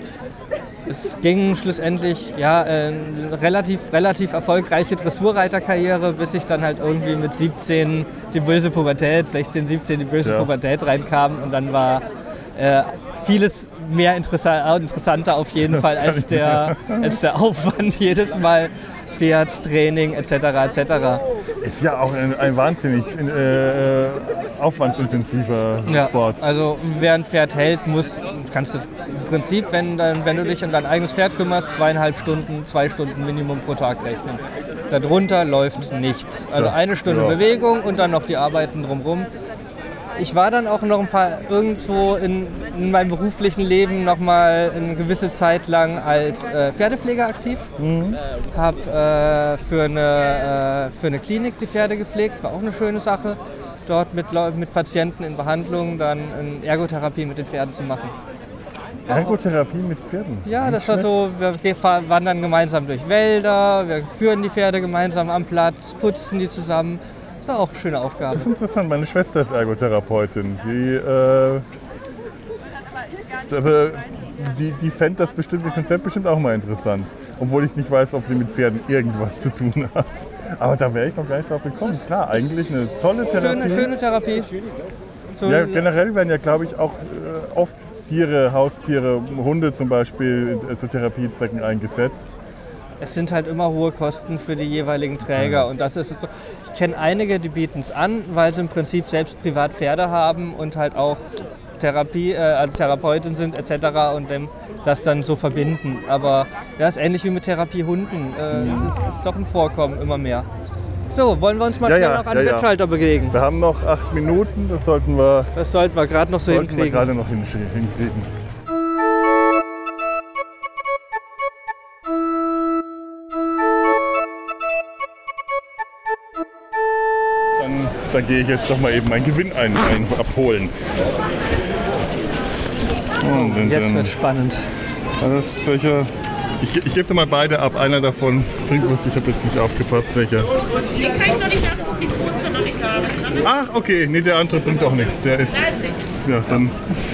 Es ging schlussendlich ja, eine relativ, relativ erfolgreiche Dressurreiterkarriere, bis ich dann halt irgendwie mit siebzehn die böse Pubertät, sechzehn, siebzehn die böse ja. Pubertät reinkam und dann war äh, vieles mehr interessa- interessanter auf jeden das Fall als der, als der Aufwand jedes Mal. Pferd, Training et cetera et cetera. Ist ja auch ein, ein wahnsinnig äh, aufwandsintensiver ja, Sport. Also wer ein Pferd hält, muss, kannst du im Prinzip, wenn, wenn du dich um dein eigenes Pferd kümmerst, zweieinhalb Stunden, zwei Stunden Minimum pro Tag rechnen. Darunter läuft nichts. Also das, eine Stunde ja. Bewegung und dann noch die Arbeiten drumherum. Ich war dann auch noch ein paar irgendwo in, in meinem beruflichen Leben noch mal eine gewisse Zeit lang als äh, Pferdepfleger aktiv. Mhm. Habe äh, für, eine, äh, für eine Klinik die Pferde gepflegt, war auch eine schöne Sache. Dort mit, mit Patienten in Behandlung dann eine Ergotherapie mit den Pferden zu machen. Ergotherapie mit Pferden? Ja, das war so, wir wandern gemeinsam durch Wälder, wir führen die Pferde gemeinsam am Platz, putzen die zusammen. Das war auch eine schöne Aufgabe. Das ist interessant. Meine Schwester ist Ergotherapeutin. Die, äh, also, die, die fände das bestimmte Konzept bestimmt auch mal interessant. Obwohl ich nicht weiß, ob sie mit Pferden irgendwas zu tun hat. Aber da wäre ich noch gar nicht drauf gekommen. Klar, eigentlich eine tolle Therapie. Schöne, schöne Therapie. So ja, generell werden ja, glaube ich, auch äh, oft Tiere, Haustiere, Hunde zum Beispiel äh, zu Therapiezwecken eingesetzt. Es sind halt immer hohe Kosten für die jeweiligen Träger und das ist es so. Ich kenne einige, die bieten es an, weil sie im Prinzip selbst privat Pferde haben und halt auch Therapie, äh, Therapeutin sind et cetera und dem das dann so verbinden. Aber ja, ist ähnlich wie mit Therapiehunden. Äh, das ist doch ein Vorkommen immer mehr. So, wollen wir uns mal Ja, schnell ja, noch an ja, den ja. Wettschalter bewegen? Wir haben noch acht Minuten, das sollten wir, Das sollten wir gerade noch so sollten wir hinkriegen. gerade noch hinsch- hinkriegen. Dann, dann gehe ich jetzt doch mal eben meinen Gewinn ein, ein, abholen. Und dann, Jetzt dann, wird spannend. das ist welcher, ich, ich gebe sie mal beide ab. Einer davon trinkt was, ich habe jetzt nicht aufgepasst, welcher. Den kann ich noch nicht nachgucken, die Quoten sind noch nicht da. Ach, okay, nee, der andere bringt auch nichts. Der ist, Da ist nichts. ja, dann,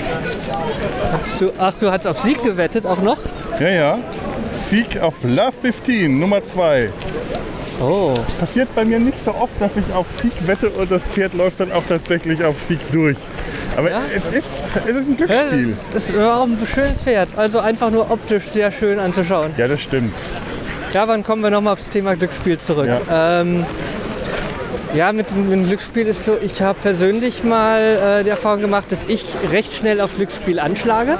Hast du, ach, du hast auf Sieg gewettet auch noch? ja, ja. Sieg auf Love fünfzehn, Nummer zwei. Oh, Passiert bei mir nicht so oft, dass ich auf Sieg wette und das Pferd läuft dann auch tatsächlich auf Sieg durch. Aber Ja? es, ist, es ist ein ja, Glücksspiel. das ist auch ein schönes Pferd. Also einfach nur optisch sehr schön anzuschauen. Ja, das stimmt. Ja, wann kommen wir nochmal aufs Thema Glücksspiel zurück? Ja, ähm, ja mit, dem- mit dem Glücksspiel ist so, ich habe persönlich mal äh, die Erfahrung gemacht, dass ich recht schnell auf Glücksspiel anschlage.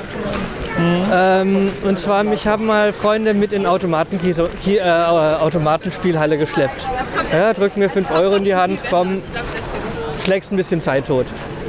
Ähm, und zwar, mich haben mal Freunde mit in Automaten äh, Automatenspielhalle geschleppt. Ja, drück mir fünf Euro in die Hand, komm, schlägst ein bisschen Zeit tot.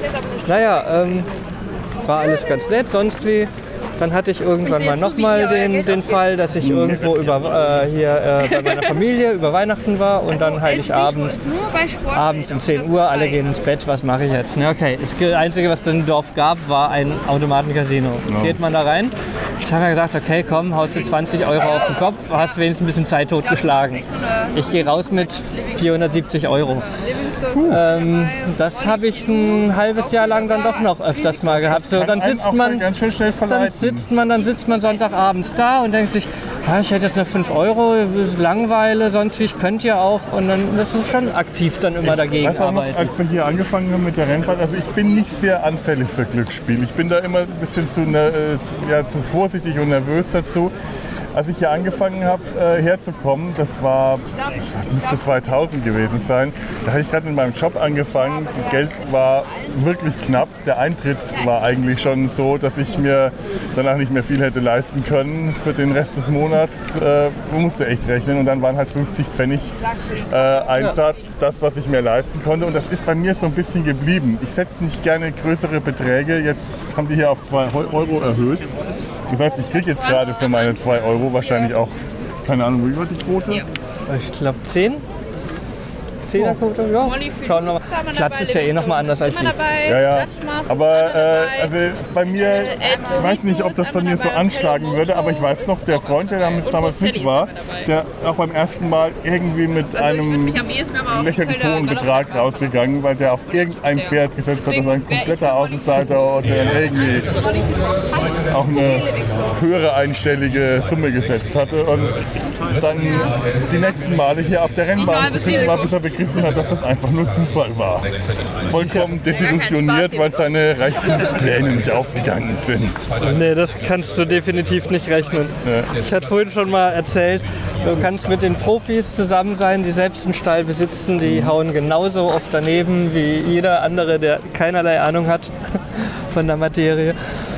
Naja, ähm, war alles ganz nett, sonst wie. Dann hatte ich irgendwann mal nochmal den, den Fall, dass ich irgendwo über, äh, hier äh, bei meiner Familie über Weihnachten war und dann Heiligabend, abends um zehn Uhr, alle gehen ins Bett, was mache ich jetzt? Na, okay, das Einzige, was es im Dorf gab, war ein Automatencasino. Geht man da rein? Ich habe mir gedacht, okay, komm, haust du zwanzig Euro auf den Kopf, hast wenigstens ein bisschen Zeit totgeschlagen. Ich gehe raus mit vierhundertsiebzig Euro. Ähm, das habe ich ein halbes Jahr lang dann doch noch öfters mal gehabt. So, dann Einen sitzt auch man, ganz schön schnell dann verleiten. sitzt man, dann sitzt man Sonntagabends da und denkt sich, ah, ich hätte jetzt noch fünf Euro, das ist Langweile, sonst wie, ich könnte ja auch. Und dann das ist schon aktiv dann immer dagegen Weißt du auch noch, arbeiten. als wir hier angefangen haben mit der Rennfahrt, also ich bin nicht sehr anfällig für Glücksspiel. Ich bin da immer ein bisschen zu, ne, äh, ja, zu vorsichtig und nervös dazu. Als ich hier angefangen habe, äh, herzukommen, das war, das müsste zweitausend gewesen sein, da hatte ich gerade mit meinem Job angefangen, das Geld war wirklich knapp, der Eintritt war eigentlich schon so, dass ich mir danach nicht mehr viel hätte leisten können für den Rest des Monats, äh, man musste echt rechnen und dann waren halt fünfzig Pfennig äh, Einsatz, das was ich mir leisten konnte und das ist bei mir so ein bisschen geblieben. Ich setze nicht gerne größere Beträge, jetzt haben die hier auf zwei Euro erhöht. Das heißt, ich kriege jetzt gerade für meine zwei Euro wahrscheinlich auch, keine Ahnung, wie war die Quote? Ich glaube zehn. Zehnerquote, ja. Schauen wir mal. Platz ist ja eh nochmal anders als die. Ja, ja. Aber äh, also bei mir, ich weiß nicht, ob das bei mir so anschlagen würde, aber ich weiß noch, der Freund, der damals, damals mit war, der auch beim ersten Mal irgendwie mit einem lächerlich hohen Betrag rausgegangen, weil der auf irgendein Pferd gesetzt hat, das ein kompletter Außenseiter und der dann irgendwie auch eine höhere einstellige Summe gesetzt hatte. Und dann die nächsten Male hier auf der Rennbahn zu finden war, bis er begriffen hat, dass das einfach nur Zufall war. Vollkommen desillusioniert, weil seine Reichtumspläne nicht aufgegangen sind. Nee, das kannst du definitiv nicht rechnen. Ich hatte vorhin schon mal erzählt, du kannst mit den Profis zusammen sein, die selbst einen Stall besitzen, die hauen genauso oft daneben wie jeder andere, der keinerlei Ahnung hat von der Materie.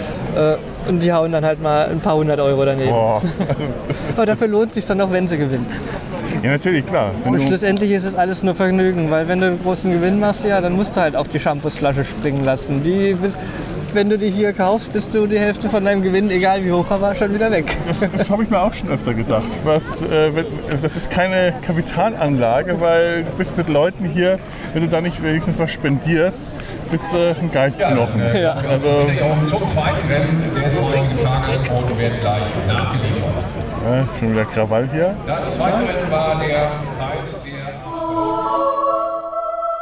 Und die hauen dann halt mal ein paar hundert Euro daneben. Boah. Aber dafür lohnt es sich dann auch, wenn sie gewinnen. Ja, natürlich, klar. Wenn Und du, schlussendlich ist es alles nur Vergnügen, weil wenn du einen großen Gewinn machst, ja, dann musst du halt auch die Shampoosflasche springen lassen. Die, bis, wenn du die hier kaufst, bist du die Hälfte von deinem Gewinn, egal wie hoch er war, schon wieder weg. das das habe ich mir auch schon öfter gedacht. Was, äh, wenn- das ist keine Kapitalanlage, weil du bist mit Leuten hier, wenn du da nicht wenigstens was spendierst, bist du ein Geistknochen. Ja. Also, Zum zweiten Rennen des heutigen Tagesquote wird gleich nachgeliefert. ja, ist schon wieder Krawall hier. Das zweite Rennen war der Preis der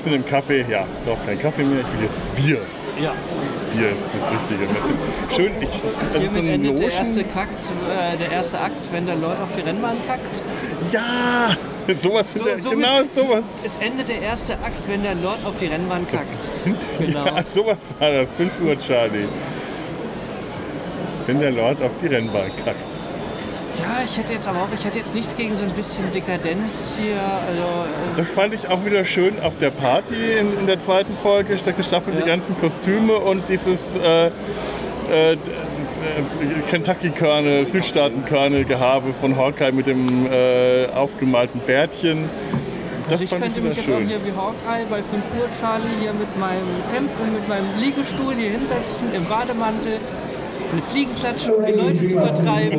mit dem Kaffee, ja, doch kein Kaffee mehr, ich will jetzt Bier. Ja. Bier ist das Richtige. Das sind schön, ich, das ist so Hiermit ein endet der Lotion. erste, Kakt, äh, der erste Akt, wenn der Lord auf die Rennbahn kackt. Ja, sowas, So, hinter- somit genau sowas. Es endet der erste Akt, wenn der Lord auf die Rennbahn kackt. Genau. Ja, sowas war das, fünf Uhr Charlie. Wenn der Lord auf die Rennbahn kackt. Ja, ich hätte jetzt aber auch, ich hätte jetzt nichts gegen so ein bisschen Dekadenz hier. Also, äh, Das fand ich auch wieder schön auf der Party in, in der zweiten Folge, der Staffel, Ja. die ganzen Kostüme und dieses äh, äh, Kentucky-Körner, Südstaaten-Körner-Gehabe von Hawkeye mit dem äh, aufgemalten Bärtchen. Das also ich fand könnte ich mich wieder jetzt auch schön. hier wie Hawkeye bei fünf Uhr Charlie hier mit meinem Hemd und mit meinem Liegestuhl hier hinsetzen, im Bademantel, eine Fliegenklatsche, um die Leute zu vertreiben.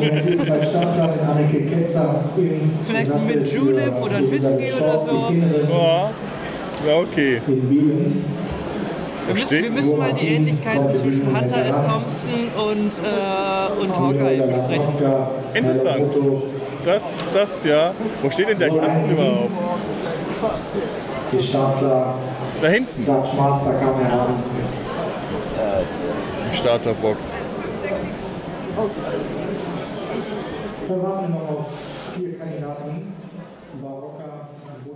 Vielleicht mit Julep oder ein Whisky oder so. Ja, ja, okay. Wir müssen, wir müssen mal die Ähnlichkeiten zwischen Hunter S. Thompson und, äh, und Hawkeye besprechen. Interessant. Das, das ja. Wo steht denn der Kasten überhaupt? Da hinten. Die Starterbox. Da waren noch auf vier Kandidaten. Barocca,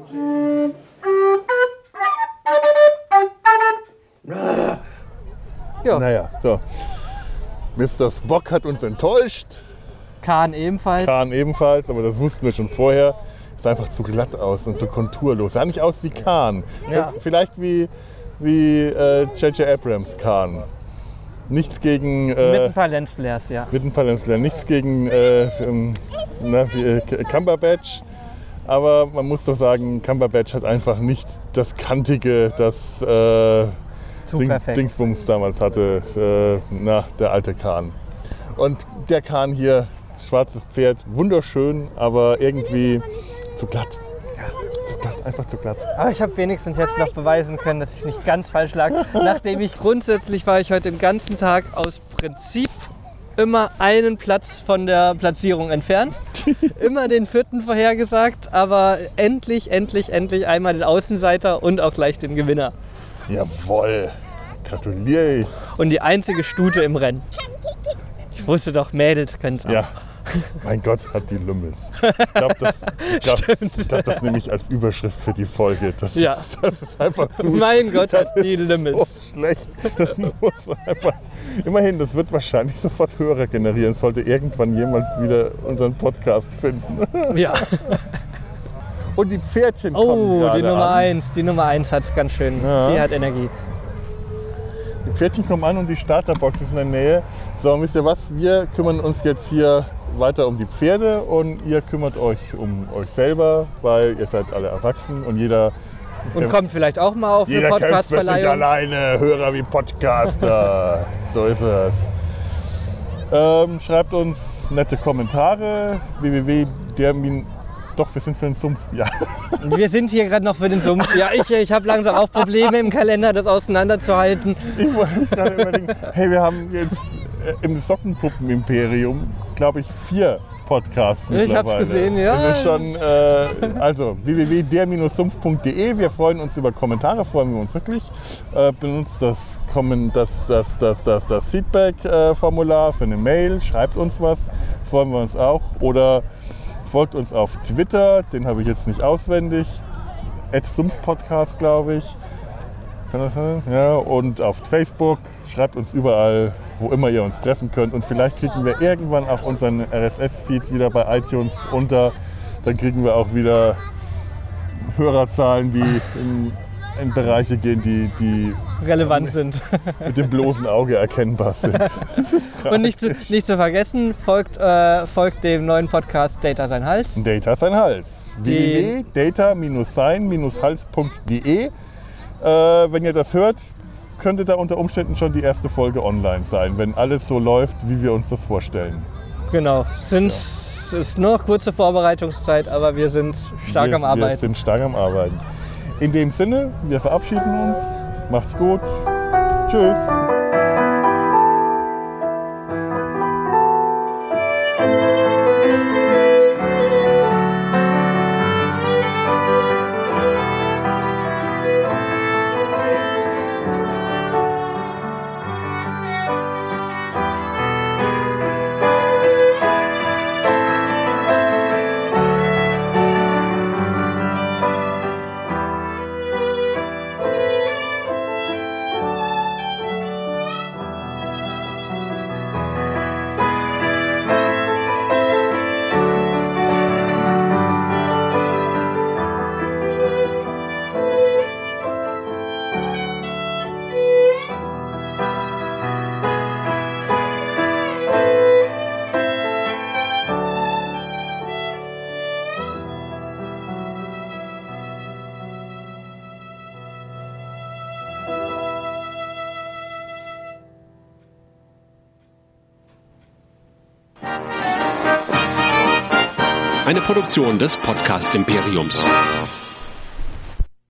Ja. Naja, so. Mister Spock hat uns enttäuscht. Kahn ebenfalls. Kahn ebenfalls, aber das wussten wir schon vorher. Sah einfach zu glatt aus und so konturlos. Sah nicht aus wie Kahn. Ja. Vielleicht wie wie äh, J J Abrams Kahn. Nichts gegen Mit äh, ein paar Lensflares, ja. mit ein paar Lensflares. Nichts gegen äh, ähm, na, wie, äh, Cumberbatch. Aber man muss doch sagen, Cumberbatch hat einfach nicht das Kantige, das äh, Zu Ding, perfekt. Dingsbums damals hatte. Äh, na, der alte Kahn. Und der Kahn hier, schwarzes Pferd, wunderschön, aber irgendwie zu glatt. Zu glatt, einfach zu glatt. Aber ich habe wenigstens jetzt noch beweisen können, dass ich nicht ganz falsch lag. Nachdem ich grundsätzlich war ich heute den ganzen Tag aus Prinzip immer einen Platz von der Platzierung entfernt. Immer den vierten vorhergesagt, aber endlich, endlich, endlich einmal den Außenseiter und auch gleich den Gewinner. Jawohl, gratuliere ich. Und die einzige Stute im Rennen. Ich wusste doch, Mädels können es auch. Ja, mein Gott, hat die Lümmels. Ich glaube, das, ich glaub, ich glaub, das nehme ich als Überschrift für die Folge. Das, Ja. ist, das ist einfach zu Mein Gott, das hat die ist Lümmels. so schlecht. Das muss einfach. Immerhin, das wird wahrscheinlich sofort Hörer generieren, sollte irgendwann jemals wieder unseren Podcast finden. Ja. Und die Pferdchen kommen Oh, gerade die Nummer an. eins. Die Nummer eins hat ganz schön, Ja. die hat Energie. Die Pferdchen kommen an und die Starterbox ist in der Nähe. So, und wisst ihr was? Wir kümmern uns jetzt hier weiter um die Pferde und ihr kümmert euch um euch selber, weil ihr seid alle erwachsen und jeder, Und kommt vielleicht auch mal auf eine jeder kämpft für sich Podcast-Verleihung. alleine, Hörer wie Podcaster. So ist es. Ähm, schreibt uns nette Kommentare. www der Doch, wir sind für den Sumpf. Ja. Wir sind hier gerade noch für den Sumpf. Ja, ich, ich habe langsam auch Probleme im Kalender, das auseinanderzuhalten. Ich wollte gerade überlegen, hey, wir haben jetzt äh, im Sockenpuppen-Imperium, glaube ich, vier Podcasts Ich mittlerweile. hab's gesehen, ja. Das ist schon, äh, also w w w punkt der sumpf punkt d e. Wir freuen uns über Kommentare, freuen wir uns wirklich. Äh, benutzt das, Kommen- das, das, das, das, das Feedback-Formular für eine Mail, schreibt uns was, freuen wir uns auch. Oder folgt uns auf Twitter, den habe ich jetzt nicht auswendig, at sumpfpodcast, glaube ich. Kann das sein? Ja, und auf Facebook, schreibt uns überall, wo immer ihr uns treffen könnt. Und vielleicht kriegen wir irgendwann auch unseren R S S-Feed wieder bei iTunes unter. Dann kriegen wir auch wieder Hörerzahlen, die in, in Bereiche gehen, die, die Relevant sind. mit dem bloßen Auge erkennbar sind. Und nicht zu, nicht zu vergessen, folgt, äh, folgt dem neuen Podcast Data sein Hals. Data sein Hals. Die- w w w punkt data sein hals punkt d e. Äh, wenn ihr das hört, könnte da unter Umständen schon die erste Folge online sein, wenn alles so läuft, wie wir uns das vorstellen. Genau. Sind, Es ist noch kurze Vorbereitungszeit, aber wir sind stark wir, am Arbeiten. Wir sind stark am Arbeiten. In dem Sinne, wir verabschieden uns. Macht's gut. Tschüss. Eine Produktion des Podcast Imperiums.